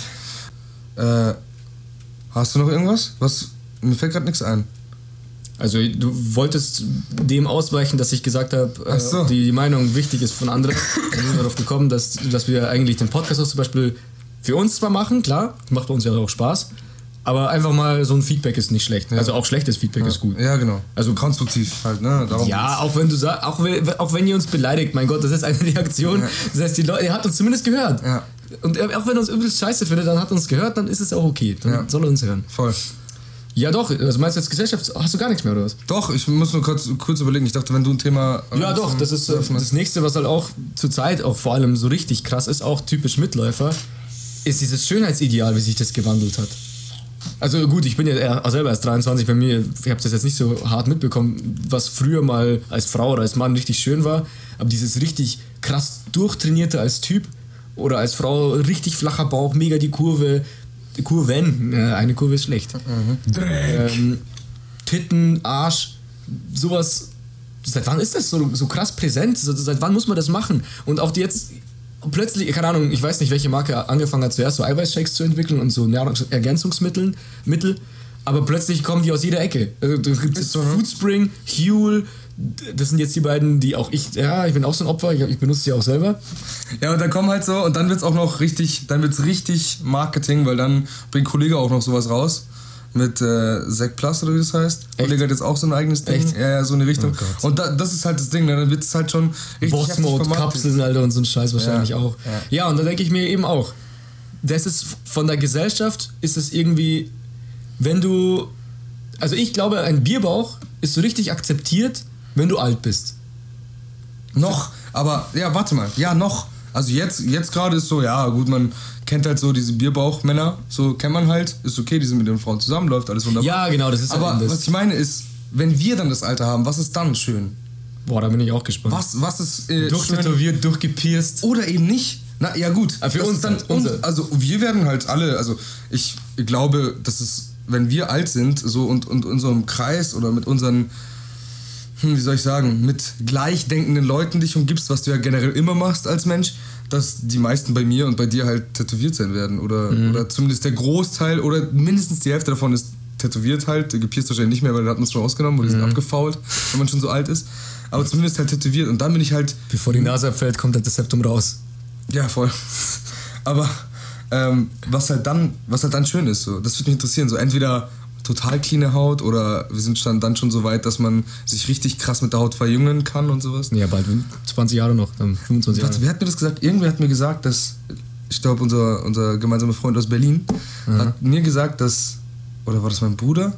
Äh, hast du noch irgendwas? Was? Mir fällt gerade nichts ein. Also du wolltest dem ausweichen, dass ich gesagt habe, äh, so. die, die Meinung wichtig ist von anderen. Dann sind wir darauf gekommen, dass, dass wir eigentlich den Podcast auch zum Beispiel für uns zwar machen, klar, macht bei uns ja auch Spaß, aber einfach mal so ein Feedback ist nicht schlecht. Ja. Also auch schlechtes Feedback ja. ist gut. Ja, genau. Also konstruktiv halt, ne? Darum ja, geht's. Auch wenn du sagst, auch wenn, auch wenn ihr uns beleidigt, mein Gott, das ist eine Reaktion. Ja. Das heißt, die Leute, ihr habt uns zumindest gehört. Ja. Und auch wenn er uns übelst scheiße findet, dann hat er uns gehört, dann ist es auch okay. Dann ja. soll er uns hören. Voll. Ja doch, also meinst du jetzt Gesellschaft, hast du gar nichts mehr oder was? Doch, ich muss nur kurz, kurz überlegen, ich dachte, wenn du ein Thema... Ja doch, das ist äh, das nächste, was halt auch zur Zeit auch vor allem so richtig krass ist, auch typisch Mitläufer, ist dieses Schönheitsideal, wie sich das gewandelt hat. Also gut, ich bin ja selber erst dreiundzwanzig, bei mir, ich habe das jetzt nicht so hart mitbekommen, was früher mal als Frau oder als Mann richtig schön war, aber dieses richtig krass durchtrainierte als Typ oder als Frau richtig flacher Bauch, mega die Kurve, die Kurven, äh, eine Kurve ist schlecht. Mhm. Ähm, Titten, Arsch, sowas, seit wann ist das so, so krass präsent? Seit wann muss man das machen? Und auch die jetzt plötzlich, keine Ahnung, ich weiß nicht, welche Marke angefangen hat zuerst so Eiweißshakes zu entwickeln und so Nahrungsergänzungsmittel, Mittel, aber plötzlich kommen die aus jeder Ecke. Also, da gibt es so, Foodspring, Huel, das sind jetzt die beiden, die auch ich, ja, ich bin auch so ein Opfer, ich, ich benutze die auch selber. Ja, und dann kommen halt so, und dann wird's auch noch richtig, dann wird's richtig Marketing, weil dann bringt Kollege auch noch sowas raus. Mit äh, Zack Plus oder wie das heißt. Echt? Kollege hat jetzt auch so ein eigenes Ding. Echt? Ja, ja, so eine Richtung. Oh und da, das ist halt das Ding, ne? Dann wird es halt schon richtig Boss-Mode-Kapseln, Alter, und so ein Scheiß wahrscheinlich ja. auch. Ja. ja, und da denke ich mir eben auch, das ist von der Gesellschaft, ist es irgendwie, wenn du, also ich glaube, ein Bierbauch ist so richtig akzeptiert, wenn du alt bist. Noch, aber, ja, warte mal, ja, noch. Also jetzt, jetzt gerade ist so, ja gut, man kennt halt so diese Bierbauchmänner, so kennt man halt, ist okay, die sind mit den Frauen zusammen, läuft alles wunderbar. Ja, genau, das ist aber halt was ich meine ist, wenn wir dann das Alter haben, was ist dann schön? Boah, da bin ich auch gespannt. Was, was ist äh, durchtätowiert, durchgepierst. Oder eben nicht. Na ja gut, aber für uns dann, uns, also wir werden halt alle, also ich glaube, dass es, wenn wir alt sind, so und, und unserem Kreis oder mit unseren, wie soll ich sagen, mit gleichdenkenden Leuten dich umgibst, was du ja generell immer machst als Mensch, dass die meisten bei mir und bei dir halt tätowiert sein werden. Oder, mhm. oder zumindest der Großteil oder mindestens die Hälfte davon ist tätowiert halt. Gepierst wahrscheinlich nicht mehr, weil da hat man es schon ausgenommen, oder die mhm. sind abgefault, wenn man schon so alt ist. Aber zumindest halt tätowiert. Und dann bin ich halt... Bevor die Nase abfällt, kommt halt das Septum raus. Ja, voll. Aber ähm, was halt dann was halt dann schön ist, so, das würde mich interessieren. So entweder total cleane Haut oder wir sind dann schon so weit, dass man sich richtig krass mit der Haut verjüngen kann und sowas. Ja, bald zwanzig Jahre noch, dann fünfundzwanzig Jahre. Warte, wer hat mir das gesagt? Irgendwer hat mir gesagt, dass, ich glaube, unser, unser gemeinsamer Freund aus Berlin mhm. hat mir gesagt, dass, oder war das mein Bruder?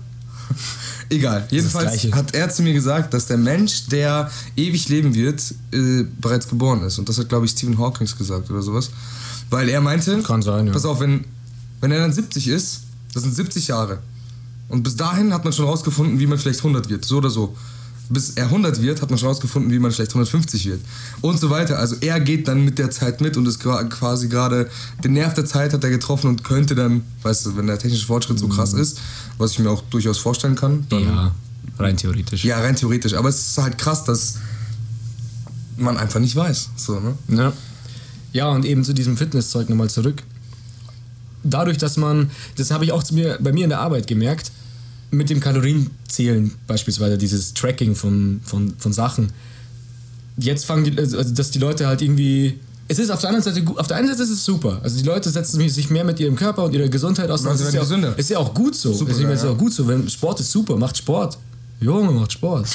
Egal, jedenfalls hat er zu mir gesagt, dass der Mensch, der ewig leben wird, äh, bereits geboren ist. Und das hat, glaube ich, Stephen Hawking gesagt oder sowas. Weil er meinte, kann sein, ja. Pass auf, wenn, wenn er dann siebzig ist, das sind siebzig Jahre. Und bis dahin hat man schon rausgefunden, wie man vielleicht hundert wird, so oder so. Bis er hundert wird, hat man schon rausgefunden, wie man vielleicht hundertfünfzig wird. Und so weiter. Also er geht dann mit der Zeit mit und ist quasi gerade, den Nerv der Zeit hat er getroffen und könnte dann, weißt du, wenn der technische Fortschritt so krass ist, was ich mir auch durchaus vorstellen kann. Dann, ja, rein theoretisch. Ja, rein theoretisch. Aber es ist halt krass, dass man einfach nicht weiß. So, ne? Ja. Ja, und eben zu diesem Fitnesszeug nochmal zurück. Dadurch, dass man, das habe ich auch zu mir, bei mir in der Arbeit gemerkt, mit dem Kalorienzählen beispielsweise, dieses Tracking von, von, von Sachen. Jetzt fangen die, also dass die Leute halt irgendwie, es ist auf der anderen Seite gut, auf der einen Seite ist es super. Also die Leute setzen sich mehr mit ihrem Körper und ihrer Gesundheit aus. Das ist ja, auch, ist ja auch gut so. Super, ist ja, ja. auch gut so. Wenn, Sport ist super, macht Sport. Junge, macht Sport.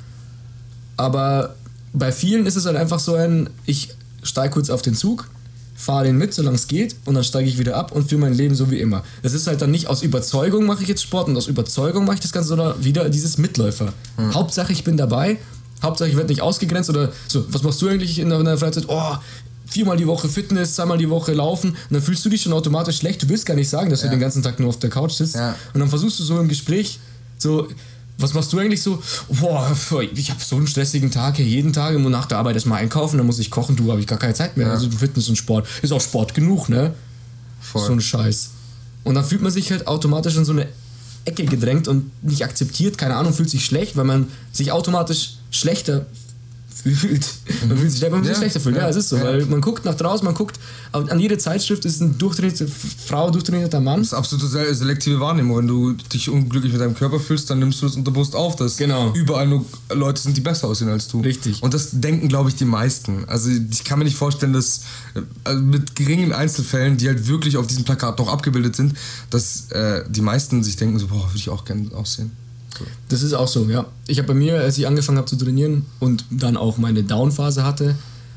Aber bei vielen ist es halt einfach so ein, ich steige kurz auf den Zug, fahre den mit, solange es geht, und dann steige ich wieder ab und führe mein Leben so wie immer. Das ist halt dann nicht aus Überzeugung mache ich jetzt Sport und aus Überzeugung mache ich das Ganze, sondern wieder dieses Mitläufer. Hm. Hauptsache ich bin dabei, Hauptsache ich werde nicht ausgegrenzt oder so. Was machst du eigentlich in deiner Freizeit? Oh, viermal die Woche Fitness, zweimal die Woche Laufen, und dann fühlst du dich schon automatisch schlecht. Du willst gar nicht sagen, dass ja. du den ganzen Tag nur auf der Couch sitzt. Ja. Und dann versuchst du so im Gespräch So, was machst du eigentlich so? Boah, ich habe so einen stressigen Tag hier, jeden Tag immer nach der Arbeit erstmal einkaufen, dann muss ich kochen, du, habe ich gar keine Zeit mehr. Ja. Also Fitness und Sport. Ist auch Sport genug, ne? Voll. So ein Scheiß. Und dann fühlt man sich halt automatisch in so eine Ecke gedrängt und nicht akzeptiert, keine Ahnung, fühlt sich schlecht, weil man sich automatisch schlechter fühlt. Man fühlt sich, man ja, sich schlechter fühlt. Ja, ja, es ist so, ja. Weil man guckt nach draußen, man guckt an jede Zeitschrift, ist eine durchtrainierte Frau, durchtrainierter Mann. Das ist absolute selektive Wahrnehmung. Wenn du dich unglücklich mit deinem Körper fühlst, dann nimmst du das unterbewusst auf, dass genau. überall nur Leute sind, die besser aussehen als du. Richtig. Und das denken, glaube ich, die meisten. Also ich kann mir nicht vorstellen, dass also mit geringen Einzelfällen, die halt wirklich auf diesem Plakat noch abgebildet sind, dass äh, die meisten sich denken so, boah, würde ich auch gerne aussehen. Das ist auch so, ja. Ich habe bei mir, als ich angefangen habe zu trainieren und dann auch meine Down-Phase hatte,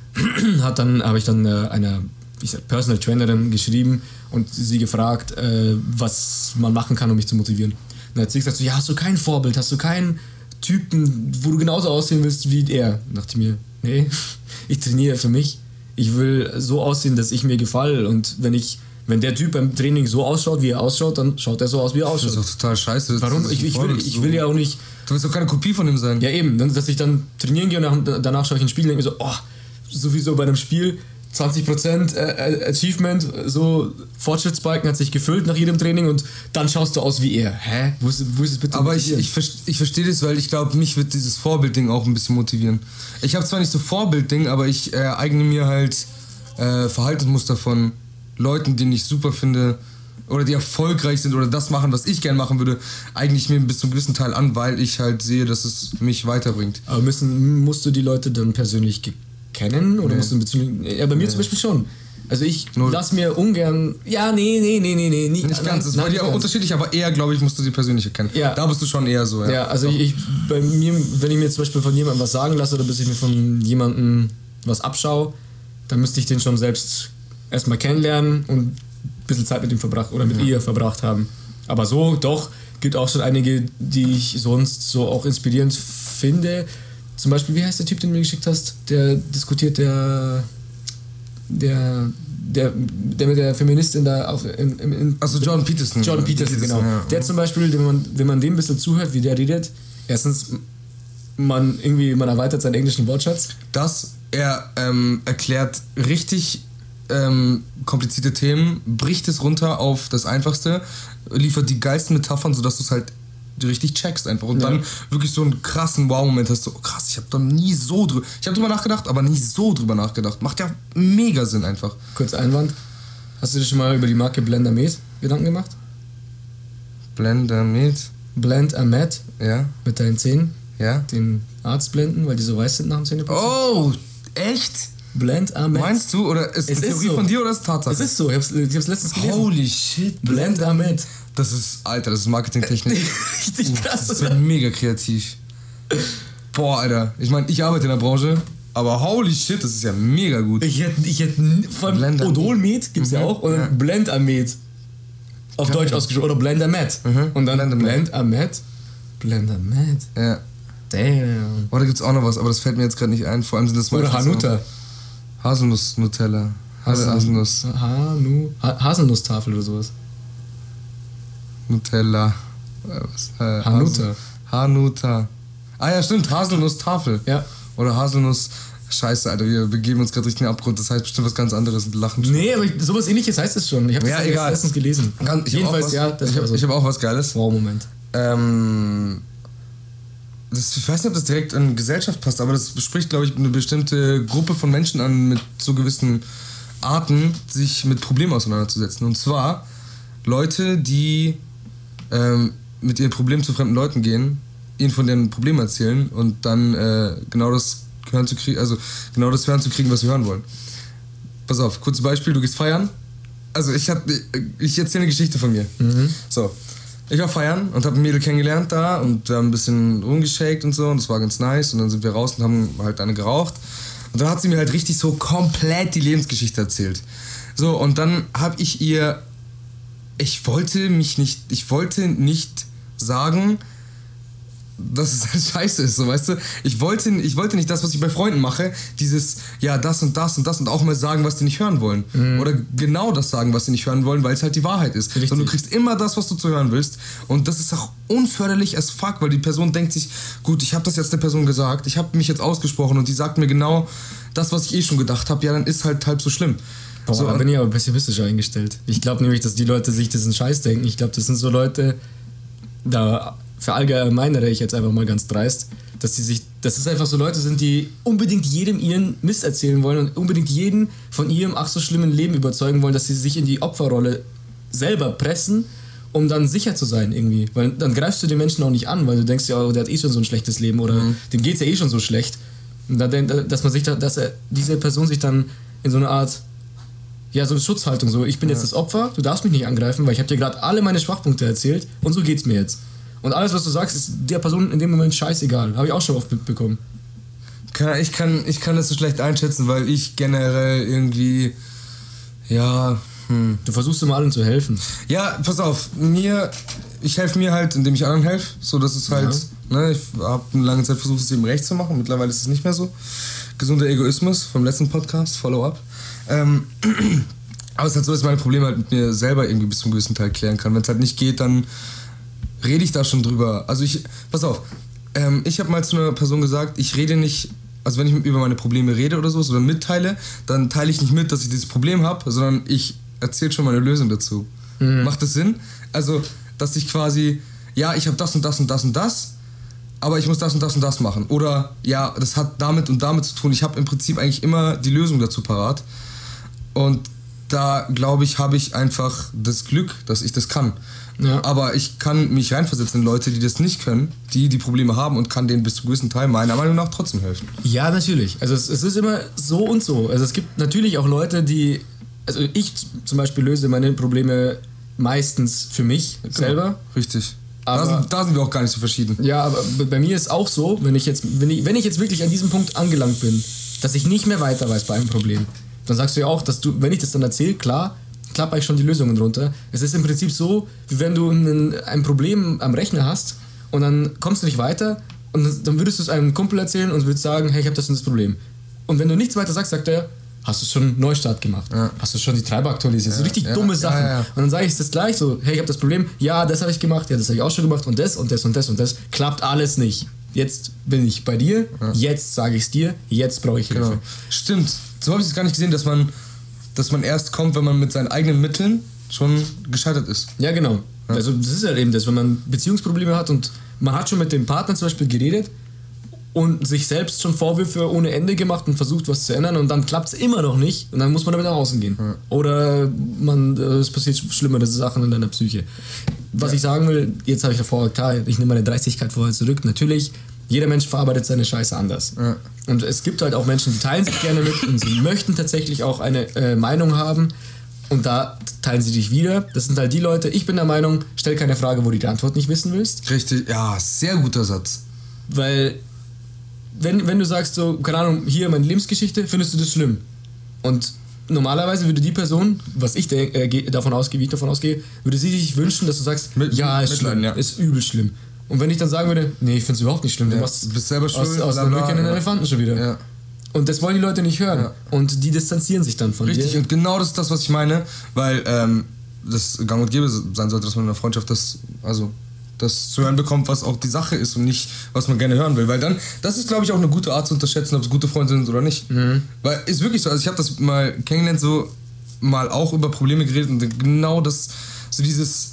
hat dann habe ich dann äh, einer ich sag, Personal Trainerin geschrieben und sie gefragt, äh, was man machen kann, um mich zu motivieren. Und dann hat sie gesagt, so, ja, hast du kein Vorbild, hast du keinen Typen, wo du genauso aussehen willst wie er? Und dachte ich mir, nee, ich trainiere für mich. Ich will so aussehen, dass ich mir gefalle, und wenn ich Wenn der Typ beim Training so ausschaut, wie er ausschaut, dann schaut er so aus, wie er ausschaut. Das ist doch total scheiße. Warum? Ich, ich, will, ich will ja auch nicht... Du willst doch keine Kopie von ihm sein. Ja eben, dass ich dann trainieren gehe und danach schaue ich ins Spiel und denke mir so, oh, sowieso bei einem Spiel zwanzig Prozent Achievement, so Fortschrittsbalken hat sich gefüllt nach jedem Training und dann schaust du aus wie er. Hä? Wo ist, wo ist es bitte? Aber ich, ich, ich verstehe das, weil ich glaube, mich wird dieses Vorbildding auch ein bisschen motivieren. Ich habe zwar nicht so Vorbildding, aber ich äh, eigne mir halt äh, Verhaltensmuster von Leuten, die ich super finde oder die erfolgreich sind oder das machen, was ich gerne machen würde, eigentlich mir bis zu einem gewissen Teil an, weil ich halt sehe, dass es mich weiterbringt. Aber müssen, musst du die Leute dann persönlich kennen? Oder nee. musst du Beziehung, ja, bei mir nee. zum Beispiel schon. Also ich lass mir ungern... Ja, nee, nee, nee, nee, nee. Nicht, nicht ganz, das ist bei dir auch unterschiedlich, aber eher, glaube ich, musst du sie persönlich erkennen. Ja. Da bist du schon eher so, ja. Ja, also ich, ich, bei mir, wenn ich mir zum Beispiel von jemandem was sagen lasse oder bis ich mir von jemandem was abschaue, dann müsste ich den schon selbst erstmal kennenlernen und ein bisschen Zeit mit ihm verbracht oder mit ja. ihr verbracht haben. Aber so, doch, gibt auch schon einige, die ich sonst so auch inspirierend finde. Zum Beispiel, wie heißt der Typ, den du mir geschickt hast? Der diskutiert, der der der, der mit der Feministin da auf in, in, in also Jordan Peterson. Jordan Peterson, Peterson genau. Ja. Der zum Beispiel, wenn man, wenn man dem ein bisschen zuhört, wie der redet, erstens, man irgendwie, man erweitert seinen englischen Wortschatz. Das, er ähm, erklärt richtig Ähm, komplizierte Themen, bricht es runter auf das Einfachste, liefert die geilsten Metaphern, sodass du es halt richtig checkst einfach und ja. dann wirklich so einen krassen Wow-Moment hast, so oh, krass, ich habe da nie so drüber, ich habe drüber nachgedacht, aber nie so drüber nachgedacht. Macht ja mega Sinn einfach. Kurz Einwand, hast du dir schon mal über die Marke Blender Med Gedanken gemacht? Blender Med? Blend a Med? Ja. Mit deinen Zähnen? Ja. Den Arzt blenden, weil die so weiß sind nach dem Zähneputzen? Oh, echt? Blend a Med. Meinst du, oder ist es eine Theorie so. Von dir oder ist es Tatsache? Es ist so, ich hab's, ich hab's letztens gelesen. Holy shit. Blend a Med. Das ist, Alter, das ist Marketingtechnik. Richtig krass. Das ist ja mega kreativ. Boah, Alter. Ich meine, ich arbeite in der Branche, aber holy shit, das ist ja mega gut. Ich hätte, ich hätte, vor allem Odol-Med gibt's mhm. ja auch, und ja. Blend a Med. Auf ja, Deutsch ja. ausgesprochen, oder Blend a Med. Mhm. Und dann Blend a Med. Blend a Med. Ja. Damn. Boah, da gibt's auch noch was, aber das fällt mir jetzt gerade nicht ein. Vor allem sind das Oder Hanuta. Haselnuss-Nutella. Haselnuss. Hanu, ha- Haselnusstafel oder sowas. Nutella. Was? Äh, Hanuta. Hanuta. Ah ja, stimmt, Haselnusstafel. Ja. Oder Haselnuss. Scheiße, Alter, wir begeben uns gerade richtig in den Abgrund. Das heißt bestimmt was ganz anderes und lachen schon. Nee, aber ich, sowas ähnliches heißt es schon. Ich habe das ja, letztens gelesen. Ganz, ich Jedenfalls, was, ja. Das ich habe so. hab auch was Geiles. Wow, Moment. Ähm... Das, ich weiß nicht, ob das direkt in Gesellschaft passt, aber das bespricht, glaube ich, eine bestimmte Gruppe von Menschen an mit so gewissen Arten, sich mit Problemen auseinanderzusetzen. Und zwar Leute, die ähm, mit ihren Problemen zu fremden Leuten gehen, ihnen von deren Problemen erzählen und dann äh, genau das hören zu kriegen, also genau das hören zu kriegen, was wir hören wollen. Pass auf, kurzes Beispiel, du gehst feiern. Also ich hab, ich erzähle eine Geschichte von mir. Mhm. So. Ich war feiern und habe ein Mädel kennengelernt da und wir haben ein bisschen rumgeschakt und so und das war ganz nice und dann sind wir raus und haben halt eine geraucht und dann hat sie mir halt richtig so komplett die Lebensgeschichte erzählt. So, und dann habe ich ihr, ich wollte mich nicht, ich wollte nicht sagen, dass es halt scheiße ist, so, weißt du? Ich wollte, ich wollte nicht das, was ich bei Freunden mache, dieses, ja, das und das und das und auch mal sagen, was die nicht hören wollen. Mhm. Oder genau das sagen, was die nicht hören wollen, weil es halt die Wahrheit ist. Richtig. Sondern du kriegst immer das, was du zu hören willst. Und das ist auch unförderlich as fuck, weil die Person denkt sich, gut, ich habe das jetzt der Person gesagt, ich habe mich jetzt ausgesprochen und die sagt mir genau das, was ich eh schon gedacht habe, ja, dann ist halt halb so schlimm. Boah, so, da bin ich aber pessimistisch eingestellt. Ich glaube nämlich, dass die Leute sich diesen Scheiß denken. Ich glaube, das sind so Leute, da verallgemeinere ich jetzt einfach mal ganz dreist, dass die sich, dass es einfach so Leute sind, die unbedingt jedem ihren Mist erzählen wollen und unbedingt jeden von ihrem ach so schlimmen Leben überzeugen wollen, dass sie sich in die Opferrolle selber pressen, um dann sicher zu sein irgendwie. Weil dann greifst du den Menschen auch nicht an, weil du denkst ja, oh, der hat eh schon so ein schlechtes Leben oder mhm. dem geht's ja eh schon so schlecht. Und dann, dass man sich da, dass er, diese Person sich dann in so eine Art, ja, so eine Schutzhaltung, so, ich bin ja. jetzt das Opfer, du darfst mich nicht angreifen, weil ich habe dir gerade alle meine Schwachpunkte erzählt und so geht's mir jetzt. Und alles, was du sagst, ist der Person in dem Moment scheißegal. Habe ich auch schon oft mitbekommen. Ich kann, ich kann das so schlecht einschätzen, weil ich generell irgendwie, ja... Hm. Du versuchst immer allen zu helfen. Ja, pass auf, mir, ich helfe mir halt, indem ich anderen helfe. So, das ist halt, ja. ne, ich habe eine lange Zeit versucht, es eben recht zu machen. Mittlerweile ist es nicht mehr so. Gesunder Egoismus vom letzten Podcast, Follow-up. Ähm, aber es ist halt so, dass ich meine Probleme halt mit mir selber irgendwie bis zum gewissen Teil klären kann. Wenn es halt nicht geht, dann rede ich da schon drüber. Also ich, pass auf, ähm, ich habe mal zu einer Person gesagt, ich rede nicht, also wenn ich über meine Probleme rede oder sowas oder mitteile, dann teile ich nicht mit, dass ich dieses Problem habe, sondern ich erzähle schon meine Lösung dazu. Mhm. Macht das Sinn? Also, dass ich quasi, ja, ich habe das und das und das und das, aber ich muss das und das und das machen. Oder, ja, das hat damit und damit zu tun. Ich habe im Prinzip eigentlich immer die Lösung dazu parat. Und da, glaube ich, habe ich einfach das Glück, dass ich das kann. Ja. Aber ich kann mich reinversetzen in Leute, die das nicht können, die die Probleme haben und kann denen bis zu gewissen Teil meiner Meinung nach trotzdem helfen. Ja, natürlich. Also es, es ist immer so und so. Also es gibt natürlich auch Leute, die, also ich zum Beispiel löse meine Probleme meistens für mich genau. selber. Richtig. Aber, da, sind, da sind wir auch gar nicht so verschieden. Ja, aber bei mir ist auch so, wenn ich jetzt, wenn ich, wenn ich jetzt wirklich an diesem Punkt angelangt bin, dass ich nicht mehr weiter weiß bei einem Problem, dann sagst du ja auch, dass du, wenn ich das dann erzähle, klar, klapper ich schon die Lösungen runter. Es ist im Prinzip so, wie wenn du ein, ein Problem am Rechner hast und dann kommst du nicht weiter und dann würdest du es einem Kumpel erzählen und würdest sagen, hey, ich habe das und das Problem. Und wenn du nichts weiter sagst, sagt er, hast du schon einen Neustart gemacht? Ja. Hast du schon die Treiber aktualisiert? Ja. So richtig ja. dumme Sachen. Ja, ja. Und dann sage ich das gleich so, hey, ich habe das Problem, ja, das habe ich gemacht, ja, das habe ich auch schon gemacht und das und das und das und das. Klappt alles nicht. Jetzt bin ich bei dir, ja. jetzt sage ich es dir, jetzt brauche ich Hilfe. Genau. Stimmt. So habe ich es gar nicht gesehen, dass man dass man erst kommt, wenn man mit seinen eigenen Mitteln schon gescheitert ist. Ja, genau. Ja. Also das ist ja eben das, wenn man Beziehungsprobleme hat und man hat schon mit dem Partner zum Beispiel geredet und sich selbst schon Vorwürfe ohne Ende gemacht und versucht, was zu ändern und dann klappt es immer noch nicht und dann muss man damit nach außen gehen. Ja. Oder man, es passiert schlimmere Sachen in deiner Psyche. Was ja. ich sagen will, jetzt habe ich davor, klar, ich nehme meine Dreistigkeit vorher zurück, natürlich, jeder Mensch verarbeitet seine Scheiße anders. Ja. Und es gibt halt auch Menschen, die teilen sich gerne mit und sie möchten tatsächlich auch eine äh, Meinung haben und da teilen sie dich wieder. Das sind halt die Leute, ich bin der Meinung, stell keine Frage, wo du die Antwort nicht wissen willst. Richtig, ja, sehr guter Satz. Weil, wenn, wenn du sagst so, keine Ahnung, hier meine Lebensgeschichte, findest du das schlimm. Und normalerweise würde die Person, was ich de- äh, davon ausgehe, wie ich davon ausgehe, würde sie sich wünschen, dass du sagst, mit, ja, ist schlimm, ja. ist übel schlimm. Und wenn ich dann sagen würde, nee, ich finde es überhaupt nicht schlimm, du ja, machst bist selber schuld, aus, aus einem Rücken einen ja. Elefanten schon wieder. Ja. Und das wollen die Leute nicht hören. Ja. Und die distanzieren sich dann von Richtig, dir. Richtig, und genau das ist das, was ich meine, weil ähm, das gang und gäbe sein sollte, dass man in einer Freundschaft das, also, das zu hören bekommt, was auch die Sache ist und nicht, was man gerne hören will. Weil dann, das ist, glaube ich, auch eine gute Art zu unterschätzen, ob es gute Freunde sind oder nicht. Mhm. Weil, ist wirklich so, also ich habe das mal kennengelernt, so mal auch über Probleme geredet und genau das, so dieses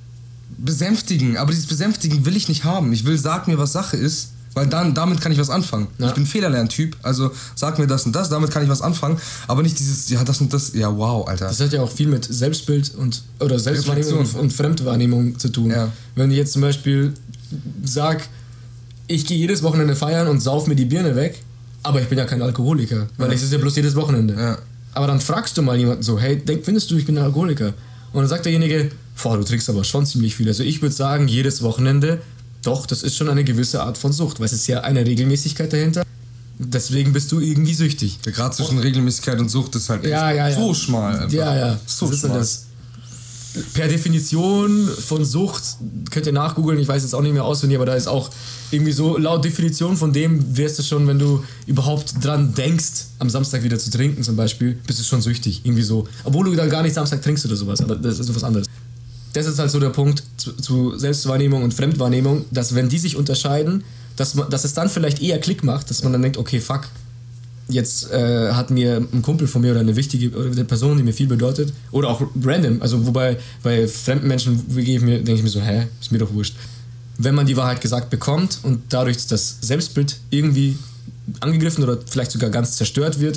Besänftigen, aber dieses Besänftigen will ich nicht haben. Ich will, sag mir, was Sache ist, weil dann, damit kann ich was anfangen. Ja. Ich bin ein Fehlerlerntyp, also sag mir das und das, damit kann ich was anfangen, aber nicht dieses, ja, das und das, ja, wow, Alter. Das hat ja auch viel mit Selbstbild und, oder Selbstwahrnehmung und, und Fremdwahrnehmung zu tun. Ja. Wenn ich jetzt zum Beispiel sag, ich gehe jedes Wochenende feiern und sauf mir die Birne weg, aber ich bin ja kein Alkoholiker, weil ja. es ist ja bloß jedes Wochenende. Ja. Aber dann fragst du mal jemanden so, hey, denk, findest du, ich bin ein Alkoholiker? Und dann sagt derjenige, boah, du trinkst aber schon ziemlich viel. Also ich würde sagen, jedes Wochenende, doch, das ist schon eine gewisse Art von Sucht, weil es ist ja eine Regelmäßigkeit dahinter. Deswegen bist du irgendwie süchtig. Ja, gerade zwischen Regelmäßigkeit und Sucht ist halt echt ja, ja, ja. so schmal. Einfach. Ja, ja. So das schmal. Ist das. per Definition von Sucht, könnt ihr nachgoogeln, ich weiß jetzt auch nicht mehr auswendig, aber da ist auch irgendwie so, laut Definition von dem wärst du schon, wenn du überhaupt dran denkst, am Samstag wieder zu trinken zum Beispiel, bist du schon süchtig, irgendwie so. Obwohl du dann gar nicht Samstag trinkst oder sowas, aber das ist was anderes. Das ist halt so der Punkt zu, zu Selbstwahrnehmung und Fremdwahrnehmung, dass wenn die sich unterscheiden, dass, man, dass es dann vielleicht eher Klick macht, dass man dann denkt, okay, fuck, jetzt äh, hat mir ein Kumpel von mir oder eine wichtige oder eine Person, die mir viel bedeutet, oder auch random, also wobei bei fremden Menschen denke ich mir so, hä, ist mir doch wurscht. Wenn man die Wahrheit gesagt bekommt und dadurch das Selbstbild irgendwie angegriffen oder vielleicht sogar ganz zerstört wird,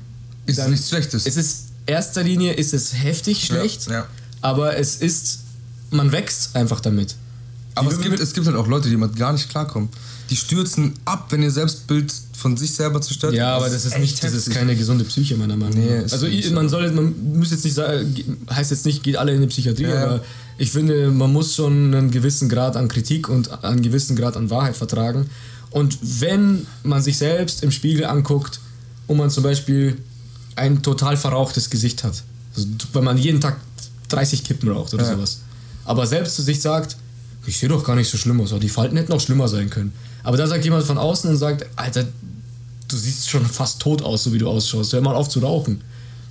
ist es nichts Schlechtes. Es ist erster Linie ist es heftig schlecht, ja, ja. aber es ist, man wächst einfach damit. Aber es gibt, es gibt halt auch Leute, die damit gar nicht klarkommen. Die stürzen ab, wenn ihr Selbstbild von sich selber zerstört. Ja, aber das ist nicht, das ist keine gesunde Psyche meiner Meinung nach. Nee, also ich, man soll, man muss jetzt nicht sagen, heißt jetzt nicht, geht alle in die Psychiatrie, ja, aber ich finde, man muss schon einen gewissen Grad an Kritik und einen gewissen Grad an Wahrheit vertragen. Und wenn man sich selbst im Spiegel anguckt und man zum Beispiel ein total verrauchtes Gesicht hat, also wenn man jeden Tag dreißig Kippen raucht oder ja. sowas, aber selbst zu sich sagt, ich sehe doch gar nicht so schlimm aus, die Falten hätten auch schlimmer sein können. Aber da sagt jemand von außen und sagt, Alter, du siehst schon fast tot aus, so wie du ausschaust, hör mal auf zu rauchen.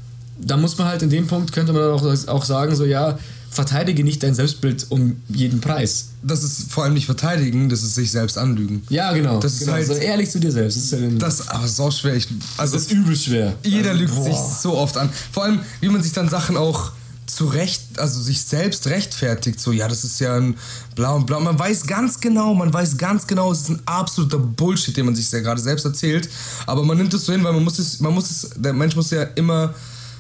Da muss man halt in dem Punkt, könnte man auch, auch sagen, so ja, verteidige nicht dein Selbstbild um jeden Preis. Das ist vor allem nicht verteidigen, das ist sich selbst anlügen. Ja, genau. Das ist genau, halt so ehrlich zu dir selbst. Das ist, ja das, aber so schwer. Ich, also das ist übel schwer. Jeder also, lügt boah. sich so oft an. Vor allem, wie man sich dann Sachen auch zurecht, also sich selbst rechtfertigt, so, ja, das ist ja ein blau und blau. Man weiß ganz genau, man weiß ganz genau, es ist ein absoluter Bullshit, den man sich ja gerade selbst erzählt, aber man nimmt es so hin, weil man muss es, man muss es, der Mensch muss ja immer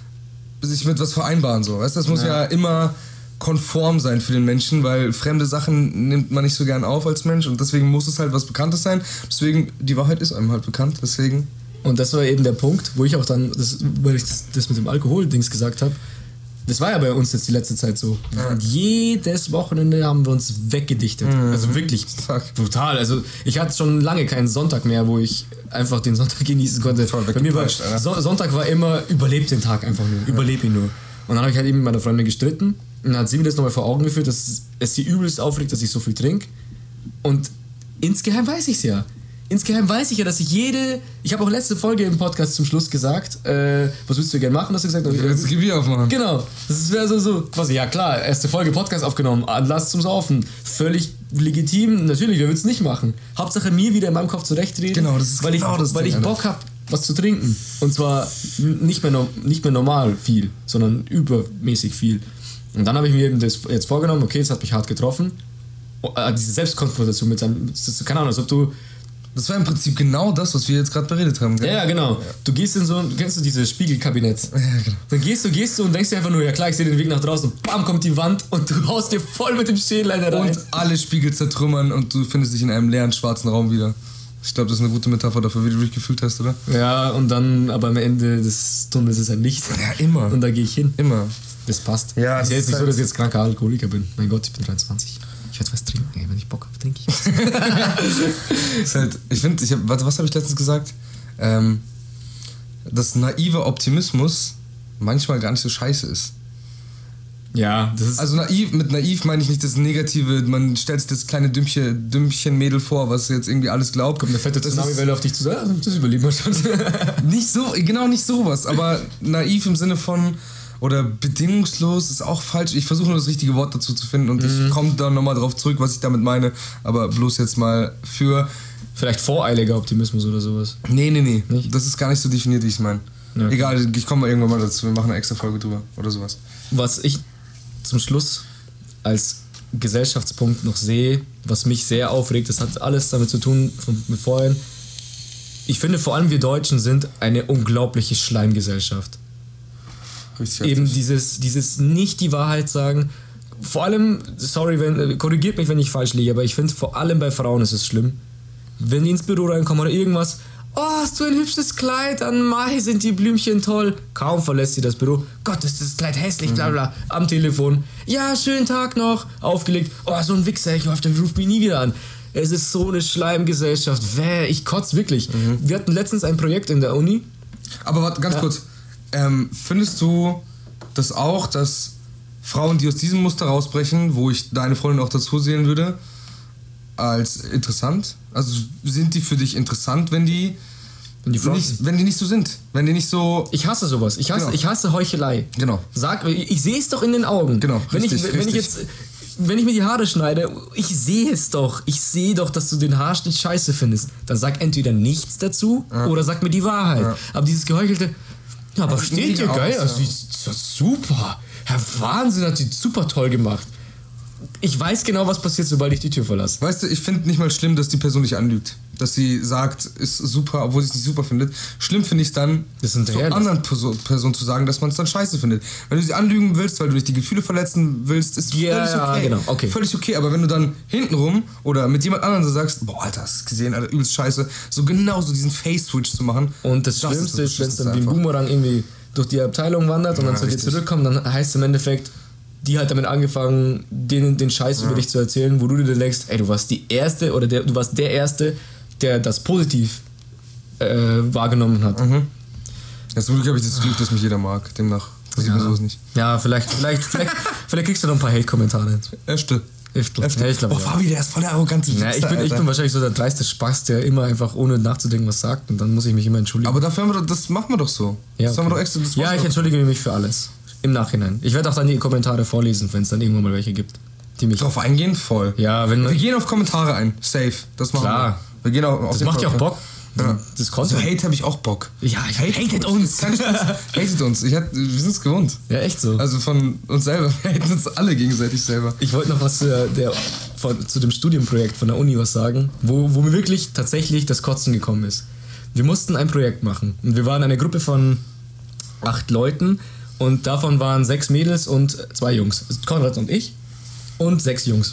sich mit was vereinbaren, so, weißt du, das muss ja. ja immer konform sein für den Menschen, weil fremde Sachen nimmt man nicht so gern auf als Mensch und deswegen muss es halt was Bekanntes sein, deswegen, die Wahrheit ist einem halt bekannt, deswegen. Und das war eben der Punkt, wo ich auch dann, das, weil ich das, das mit dem Alkohol-Dings gesagt habe, das war ja bei uns jetzt die letzte Zeit so. Ja. Jedes Wochenende haben wir uns weggedichtet. Mhm. Also wirklich Fuck. brutal. Also ich hatte schon lange keinen Sonntag mehr, wo ich einfach den Sonntag genießen konnte. Bei mir war so- Sonntag war immer, überleb den Tag einfach nur. Ja. Überleb ihn nur. Und dann habe ich halt eben mit meiner Freundin gestritten. Und dann hat sie mir das nochmal vor Augen geführt, dass es sie übelst aufregt, dass ich so viel trinke. Und insgeheim weiß ich es ja. Insgeheim weiß ich ja, dass ich jede... Ich habe auch letzte Folge im Podcast zum Schluss gesagt, äh, was willst du gerne machen? Hast du gesagt? Ich will jetzt Bier aufmachen. Genau. Das wäre so, so quasi, ja klar, erste Folge Podcast aufgenommen, Anlass zum Saufen. Völlig legitim, natürlich, wer will es nicht machen? Hauptsache mir wieder in meinem Kopf zurechtreden, genau, das ist weil genau ich, das weil Ding, ich Bock habe, was zu trinken. Und zwar nicht mehr, nicht mehr normal viel, sondern übermäßig viel. Und dann habe ich mir eben das jetzt vorgenommen, okay, das hat mich hart getroffen. Diese Selbstkonfrontation mit seinem, keine Ahnung, als ob du... Das war im Prinzip genau das, was wir jetzt gerade beredet haben. Gell? Ja, genau. Ja. Du gehst in so ein, kennst du dieses Spiegelkabinett? Ja, genau. Dann gehst du, gehst du und denkst dir einfach nur, ja klar, ich sehe den Weg nach draußen und bam, kommt die Wand und du haust dir voll mit dem Schädel rein. Und alle Spiegel zertrümmern und du findest dich in einem leeren, schwarzen Raum wieder. Ich glaube, das ist eine gute Metapher dafür, wie du dich gefühlt hast, oder? Ja, und dann, aber am Ende des Tunnels ist ein Licht. Ja, immer. Und da gehe ich hin. Immer. Das passt. Ja, ist das ja jetzt nicht halt so, dass ich jetzt kranker Alkoholiker bin. Mein Gott, ich bin dreiundzwanzig. Ich werde was trinken, ey. Wenn ich Bock habe, trinke ich was. Ist halt, ich finde, ich hab, was, was habe ich letztens gesagt? Ähm, dass naiver Optimismus manchmal gar nicht so scheiße ist. Ja, das ist... Also naiv, mit naiv meine ich nicht das Negative, man stellt sich das kleine Dümmchen, Dümmchen-Mädel vor, was jetzt irgendwie alles glaubt. Kommt eine fette Tsunami-Welle auf dich zu sagen, das überleben wir schon. Nicht so, genau nicht sowas, aber naiv im Sinne von... Oder bedingungslos ist auch falsch. Ich versuche nur das richtige Wort dazu zu finden und mhm. ich komme dann nochmal drauf zurück, was ich damit meine. Aber bloß jetzt mal für... Vielleicht voreiliger Optimismus oder sowas. Nee, nee, nee. Nicht? Das ist gar nicht so definiert, wie ich es meine. Ja. Egal, ich komme mal irgendwann mal dazu. Wir machen eine extra Folge drüber oder sowas. Was ich zum Schluss als Gesellschaftspunkt noch sehe, was mich sehr aufregt, das hat alles damit zu tun von, mit vorhin. Ich finde vor allem wir Deutschen sind eine unglaubliche Schleimgesellschaft. Richtig eben dieses, dieses nicht die Wahrheit sagen. Vor allem, sorry, wenn, korrigiert mich, wenn ich falsch liege, aber ich finde vor allem bei Frauen ist es schlimm. Wenn die ins Büro reinkommen oder irgendwas, oh, hast du ein hübsches Kleid an, Mai sind die Blümchen toll. Kaum verlässt sie das Büro, Gott, ist das Kleid hässlich, bla bla, am Telefon. Ja, schönen Tag noch, aufgelegt. Oh, so ein Wichser, ich hoffe, der ruft mich nie wieder an. Es ist so eine Schleimgesellschaft. Ich kotz wirklich. Mhm. Wir hatten letztens ein Projekt in der Uni. Aber warte, ganz ja. kurz. Ähm, findest du das auch, dass Frauen, die aus diesem Muster rausbrechen, wo ich deine Freundin auch dazu sehen würde, als interessant? Also sind die für dich interessant, wenn die, wenn die, nicht, wenn die nicht so sind? Wenn die nicht so... Ich hasse sowas. Ich hasse, Genau. ich hasse Heuchelei. Genau. Sag, ich, ich sehe es doch in den Augen. Genau, wenn richtig, ich, wenn richtig. ich jetzt... Wenn ich mir die Haare schneide, ich sehe es doch. Ich sehe doch, dass du den Haarschnitt scheiße findest. Dann sag entweder nichts dazu Ja. oder sag mir die Wahrheit. Ja. Aber dieses geheuchelte, ja, aber Das steht sieht dir aus, geil, ja. also sieht super. Herr Wahnsinn, hat sie super toll gemacht. Ich weiß genau, was passiert, sobald ich die Tür verlasse. Weißt du, ich finde nicht mal schlimm, dass die Person dich anlügt. Dass sie sagt, ist super, obwohl sie es nicht super findet. Schlimm finde ich es dann, Das sind zur ehrlich. anderen Person, Person zu sagen, dass man es dann scheiße findet. Wenn du sie anlügen willst, weil du nicht die Gefühle verletzen willst, ist Ja, völlig okay. genau, okay. Völlig okay, aber wenn du dann hintenrum oder mit jemand anderem so sagst, boah, Alter, hast du gesehen, Alter, übelst scheiße, so genauso diesen Face-Switch zu machen. Und das, das Schlimmste das ist, wenn es dann wie ein einfach. Boomerang irgendwie durch die Abteilung wandert und Ja, dann zu dir richtig. zurückkommt, dann heißt es im Endeffekt, die hat damit angefangen, den, den Scheiß über dich zu erzählen, wo du dir denkst, ey, du warst die Erste oder der, du warst der Erste, der das positiv äh, wahrgenommen hat. Mhm. Ja, zum Glück habe ich das Glück, dass mich jeder mag. Demnach passiert mir sowas nicht. Ja, vielleicht, vielleicht, vielleicht, vielleicht kriegst du noch ein paar Hate-Kommentare. Erste. Echt, Erste. ja, ich glaube, oh, ja. Fabi, der ist voll der arrogante Ja, ich, bin, ich bin wahrscheinlich so der dreiste Spaß, der immer einfach ohne nachzudenken was sagt und dann muss ich mich immer entschuldigen. Aber dafür haben wir doch, das machen wir doch so. ja, Das okay. haben wir doch extra. Das ja, war's ich doch. entschuldige mich für alles. Im Nachhinein. Ich werde auch dann die Kommentare vorlesen, wenn es dann irgendwann mal welche gibt, die mich... Drauf eingehen? Voll. Ja, wenn Wir gehen auf Kommentare ein. Safe. Das machen Klar. wir. Wir gehen auf, auf Das den macht ja auch Fall- Bock. Ja. Das So Content. Hate habe ich auch Bock. Ja, ich hatet uns. Kein Spaß. Hatet uns. Ich hat, wir sind es gewohnt. Ja, echt so. Also von uns selber. Wir haten uns alle gegenseitig selber. Ich wollte noch was zu, der, der, von, zu dem Studienprojekt von der Uni was sagen, wo, wo mir wirklich tatsächlich das Kotzen gekommen ist. Wir mussten ein Projekt machen und wir waren eine Gruppe von acht Leuten und davon waren sechs Mädels und zwei Jungs. Also Konrad und ich und sechs Jungs.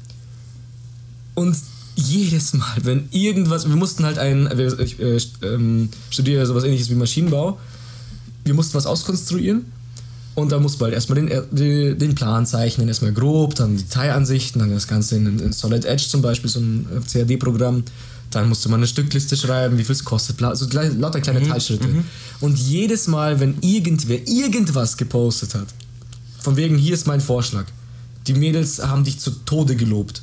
Und jedes Mal, wenn irgendwas, wir mussten halt ein, ich äh, ähm, studiere sowas ähnliches wie Maschinenbau, wir mussten was auskonstruieren und da mussten wir halt erstmal den, den Plan zeichnen, erstmal grob, dann Detailansichten, dann das Ganze in, in Solid Edge zum Beispiel, so ein C A D-Programm, dann musste man eine Stückliste schreiben, wie viel es kostet, bla- so gleich, lauter kleine Mhm, Teilschritte. Und jedes Mal, wenn irgendwer irgendwas gepostet hat, von wegen, hier ist mein Vorschlag, die Mädels haben dich zu Tode gelobt.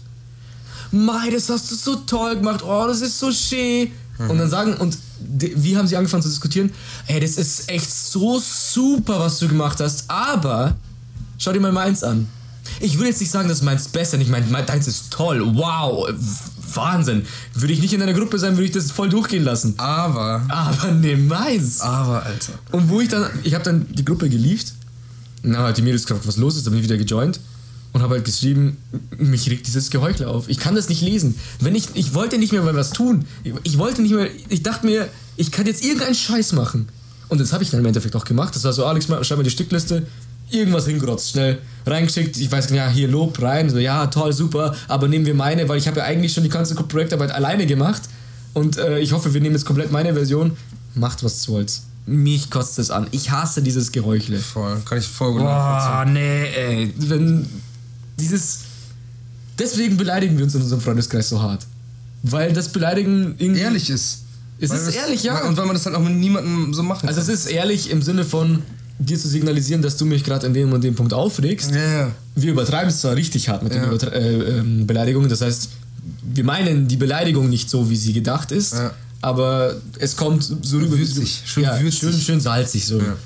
Mei, das hast du so toll gemacht, oh, das ist so schön. Und dann sagen, und de, wie haben sie angefangen zu diskutieren? Ey, das ist echt so super, was du gemacht hast, aber schau dir mal meins an. Ich will jetzt nicht sagen, dass meins besser, nicht mein, mein deins ist toll, wow, Wahnsinn. Würde ich nicht in einer Gruppe sein, würde ich das voll durchgehen lassen. Aber. Aber ne, meins. Aber, Alter. Und wo ich dann, ich habe dann die Gruppe gelieft, und dann hat die Mädels gefragt, was los ist, dann bin ich wieder gejoint und habe halt geschrieben, mich regt dieses Geheuchel auf. Ich kann das nicht lesen. Wenn ich, ich wollte nicht mehr mal was tun. Ich, ich wollte nicht mehr, ich dachte mir, ich kann jetzt irgendeinen Scheiß machen. Und das habe ich dann im Endeffekt auch gemacht. Das war so, Alex, schreib mal die Stückliste, irgendwas hingerotzt, schnell reingeschickt. Ich weiß nicht, ja, hier Lob rein. So, ja, toll, super, aber nehmen wir meine, weil ich habe ja eigentlich schon die ganze Projektarbeit alleine gemacht. Und äh, ich hoffe, wir nehmen jetzt komplett meine Version. Macht, was ihr wollt. Mich kotzt es an. Ich hasse dieses Geheuchle. Voll. Kann ich voll gut Boah, nachvollziehen. nee, ey. Wenn dieses... Deswegen beleidigen wir uns in unserem Freundeskreis so hart. Weil das Beleidigen irgendwie... Ehrlich ist. Es Weil ist das- ehrlich, ja. weil- Und weil man das halt auch mit niemandem so machen Also es ist ehrlich im Sinne von dir zu signalisieren, dass du mich gerade in dem und dem Punkt aufregst. kann. Ja, ja. Wir übertreiben es zwar richtig hart mit Ja. den Übertre- äh, ähm, Beleidigungen, das heißt, wir meinen die Beleidigung nicht so, wie sie gedacht ist, Ja. aber es kommt so rüber. Würzig, schön ja, würzig. Schön, schön salzig so. Ja.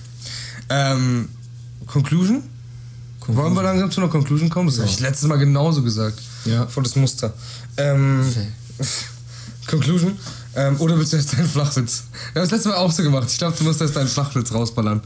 Ähm, Conclusion? Wollen wir langsam zu einer Conclusion kommen? Das habe ich letztes Mal genauso gesagt. Ja. Voll das Muster. Ähm, Conclusion? Ähm, oder willst du jetzt deinen Flachwitz? Wir haben das letzte Mal auch so gemacht. Ich glaube, du musst jetzt deinen Flachwitz rausballern.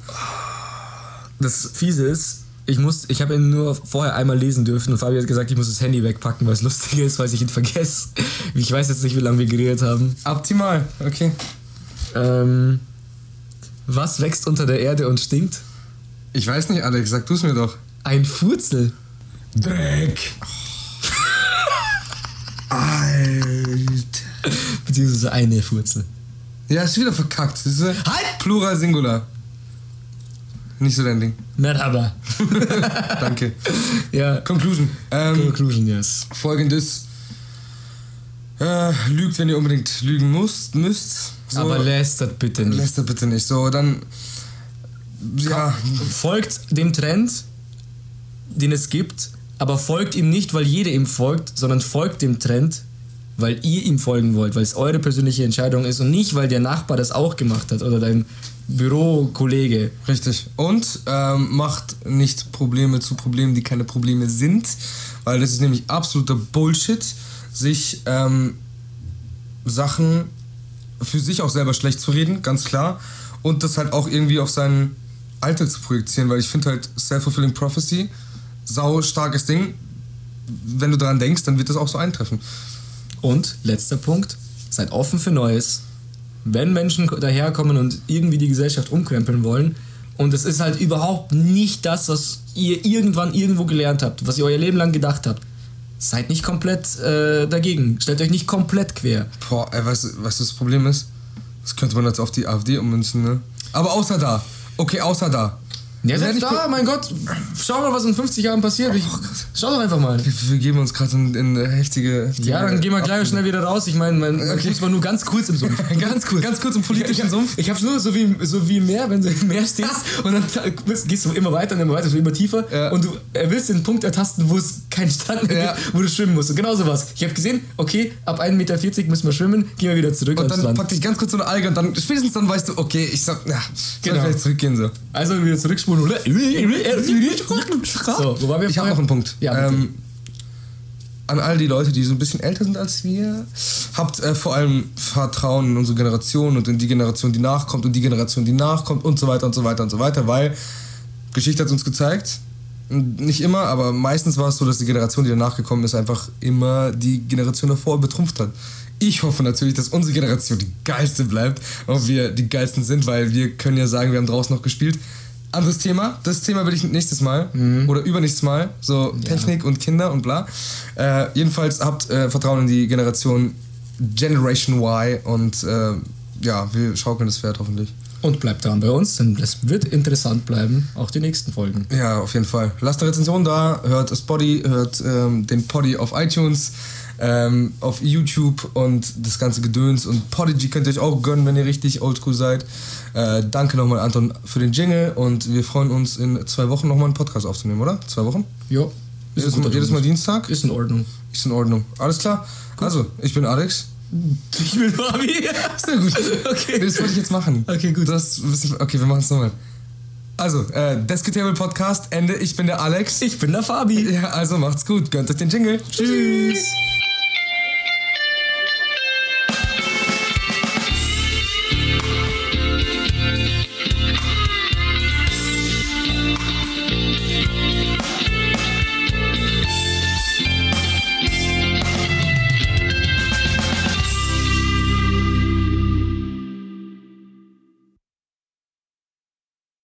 Das Fiese ist, ich, muss, ich habe ihn nur vorher einmal lesen dürfen und Fabi hat gesagt, ich muss das Handy wegpacken, weil es lustig ist, weil ich ihn vergesse. Ich weiß jetzt nicht, wie lange wir geredet haben. Optimal, okay. Ähm, was wächst unter der Erde und stinkt? Ich weiß nicht, Alex, sag du es mir doch. Ein Furzel. Dreck. Alter. Beziehungsweise eine Furzel. Ja, ist wieder verkackt. Siehst du? Halt! Plural, Singular. Nicht so dein Ding. Merhaba. Danke. Ja. Conclusion. Ähm, Conclusion, yes. Folgendes. Äh, lügt, wenn ihr unbedingt lügen müsst. müsst. So, Aber lästert bitte nicht. lässt das bitte nicht. So, dann. Ja. Folgt dem Trend, den es gibt, aber folgt ihm nicht, weil jeder ihm folgt, sondern folgt dem Trend, weil ihr ihm folgen wollt, weil es eure persönliche Entscheidung ist und nicht, weil der Nachbar das auch gemacht hat oder dein Bürokollege. Richtig. Und ähm, macht nicht Probleme zu Problemen, die keine Probleme sind, weil das ist nämlich absoluter Bullshit, sich ähm, Sachen für sich auch selber schlecht zu reden, ganz klar, und das halt auch irgendwie auf seinen Alltag zu projizieren, weil ich finde halt Self-Fulfilling Prophecy, sau starkes Ding, wenn du daran denkst, dann wird das auch so eintreffen. Und letzter Punkt, seid offen für Neues. Wenn Menschen daherkommen und irgendwie die Gesellschaft umkrempeln wollen und es ist halt überhaupt nicht das, was ihr irgendwann irgendwo gelernt habt, was ihr euer Leben lang gedacht habt, seid nicht komplett äh, dagegen. Stellt euch nicht komplett quer. Boah, ey, weißt du, was das Problem ist? Das könnte man jetzt auf die AfD ummünzen, ne? Aber außer da. Okay, außer da. Ja, selbst da, mein Gott, schau mal, was in fünfzig Jahren passiert. Ich, schau doch einfach mal. Wir, wir geben uns gerade in, in heftige, heftige... Ja, dann gehen wir gleich schnell wieder raus. Ich meine, mein okay. Fuß war nur ganz kurz im Sumpf. ganz kurz. Ganz kurz im politischen ich, Sumpf. Ich, ich hab's nur so wie, so wie im Meer, wenn du im Meer stehst und dann gehst du immer weiter und immer weiter, so immer tiefer ja. und du willst den Punkt ertasten, wo es keinen Strand mehr ja. gibt, wo du schwimmen musst. Und genau so was. Ich habe gesehen, okay, ab ein Meter vierzig müssen wir schwimmen, gehen wir wieder zurück und ans dann Land. pack dich ganz kurz so eine Alge und dann spätestens dann weißt du, okay, ich sag, ja, genau. Soll vielleicht zurückgehen so. Also wieder zurückspulen, oder? So, wo waren wir? Ich habe noch einen Punkt. Ja, ähm, an all die Leute, die so ein bisschen älter sind als wir, habt äh, vor allem Vertrauen in unsere Generation und in die Generation, die nachkommt und die Generation, die nachkommt und so weiter und so weiter und so weiter, weil Geschichte hat uns gezeigt, nicht immer, aber meistens war es so, dass die Generation, die danach gekommen ist, einfach immer die Generation davor betrumpft hat. Ich hoffe natürlich, dass unsere Generation die geilste bleibt und wir die geilsten sind, weil wir können ja sagen, wir haben draußen noch gespielt. Anderes Thema, das Thema will ich nächstes Mal mhm. oder übernächstes Mal, so ja. Technik und Kinder und bla. Äh, jedenfalls habt äh, Vertrauen in die Generation Generation Y und äh, ja, wir schaukeln das Pferd hoffentlich. Und bleibt dran bei uns, denn es wird interessant bleiben, auch die nächsten Folgen. Ja, auf jeden Fall. Lasst eine Rezension da, hört Spotty, hört ähm, den Poddy auf iTunes, ähm, auf YouTube und das ganze Gedöns. Und Podigy könnt ihr euch auch gönnen, wenn ihr richtig oldschool seid. Äh, danke nochmal, Anton, für den Jingle und wir freuen uns, in zwei Wochen nochmal einen Podcast aufzunehmen, oder? Zwei Wochen? Ja. Jedes, mal, jedes Mal Dienstag? Ist in Ordnung. Ist in Ordnung. Alles klar? Gut. Also, ich bin Alex. Ich bin Fabi. Sehr gut. Okay. Das wollte ich jetzt machen. Okay, gut. Das, okay, wir machen es nochmal. Also, äh, Desketable Podcast, Ende. Ich bin der Alex. Ich bin der Fabi. Ja, also macht's gut. Gönnt euch den Jingle. Tschüss.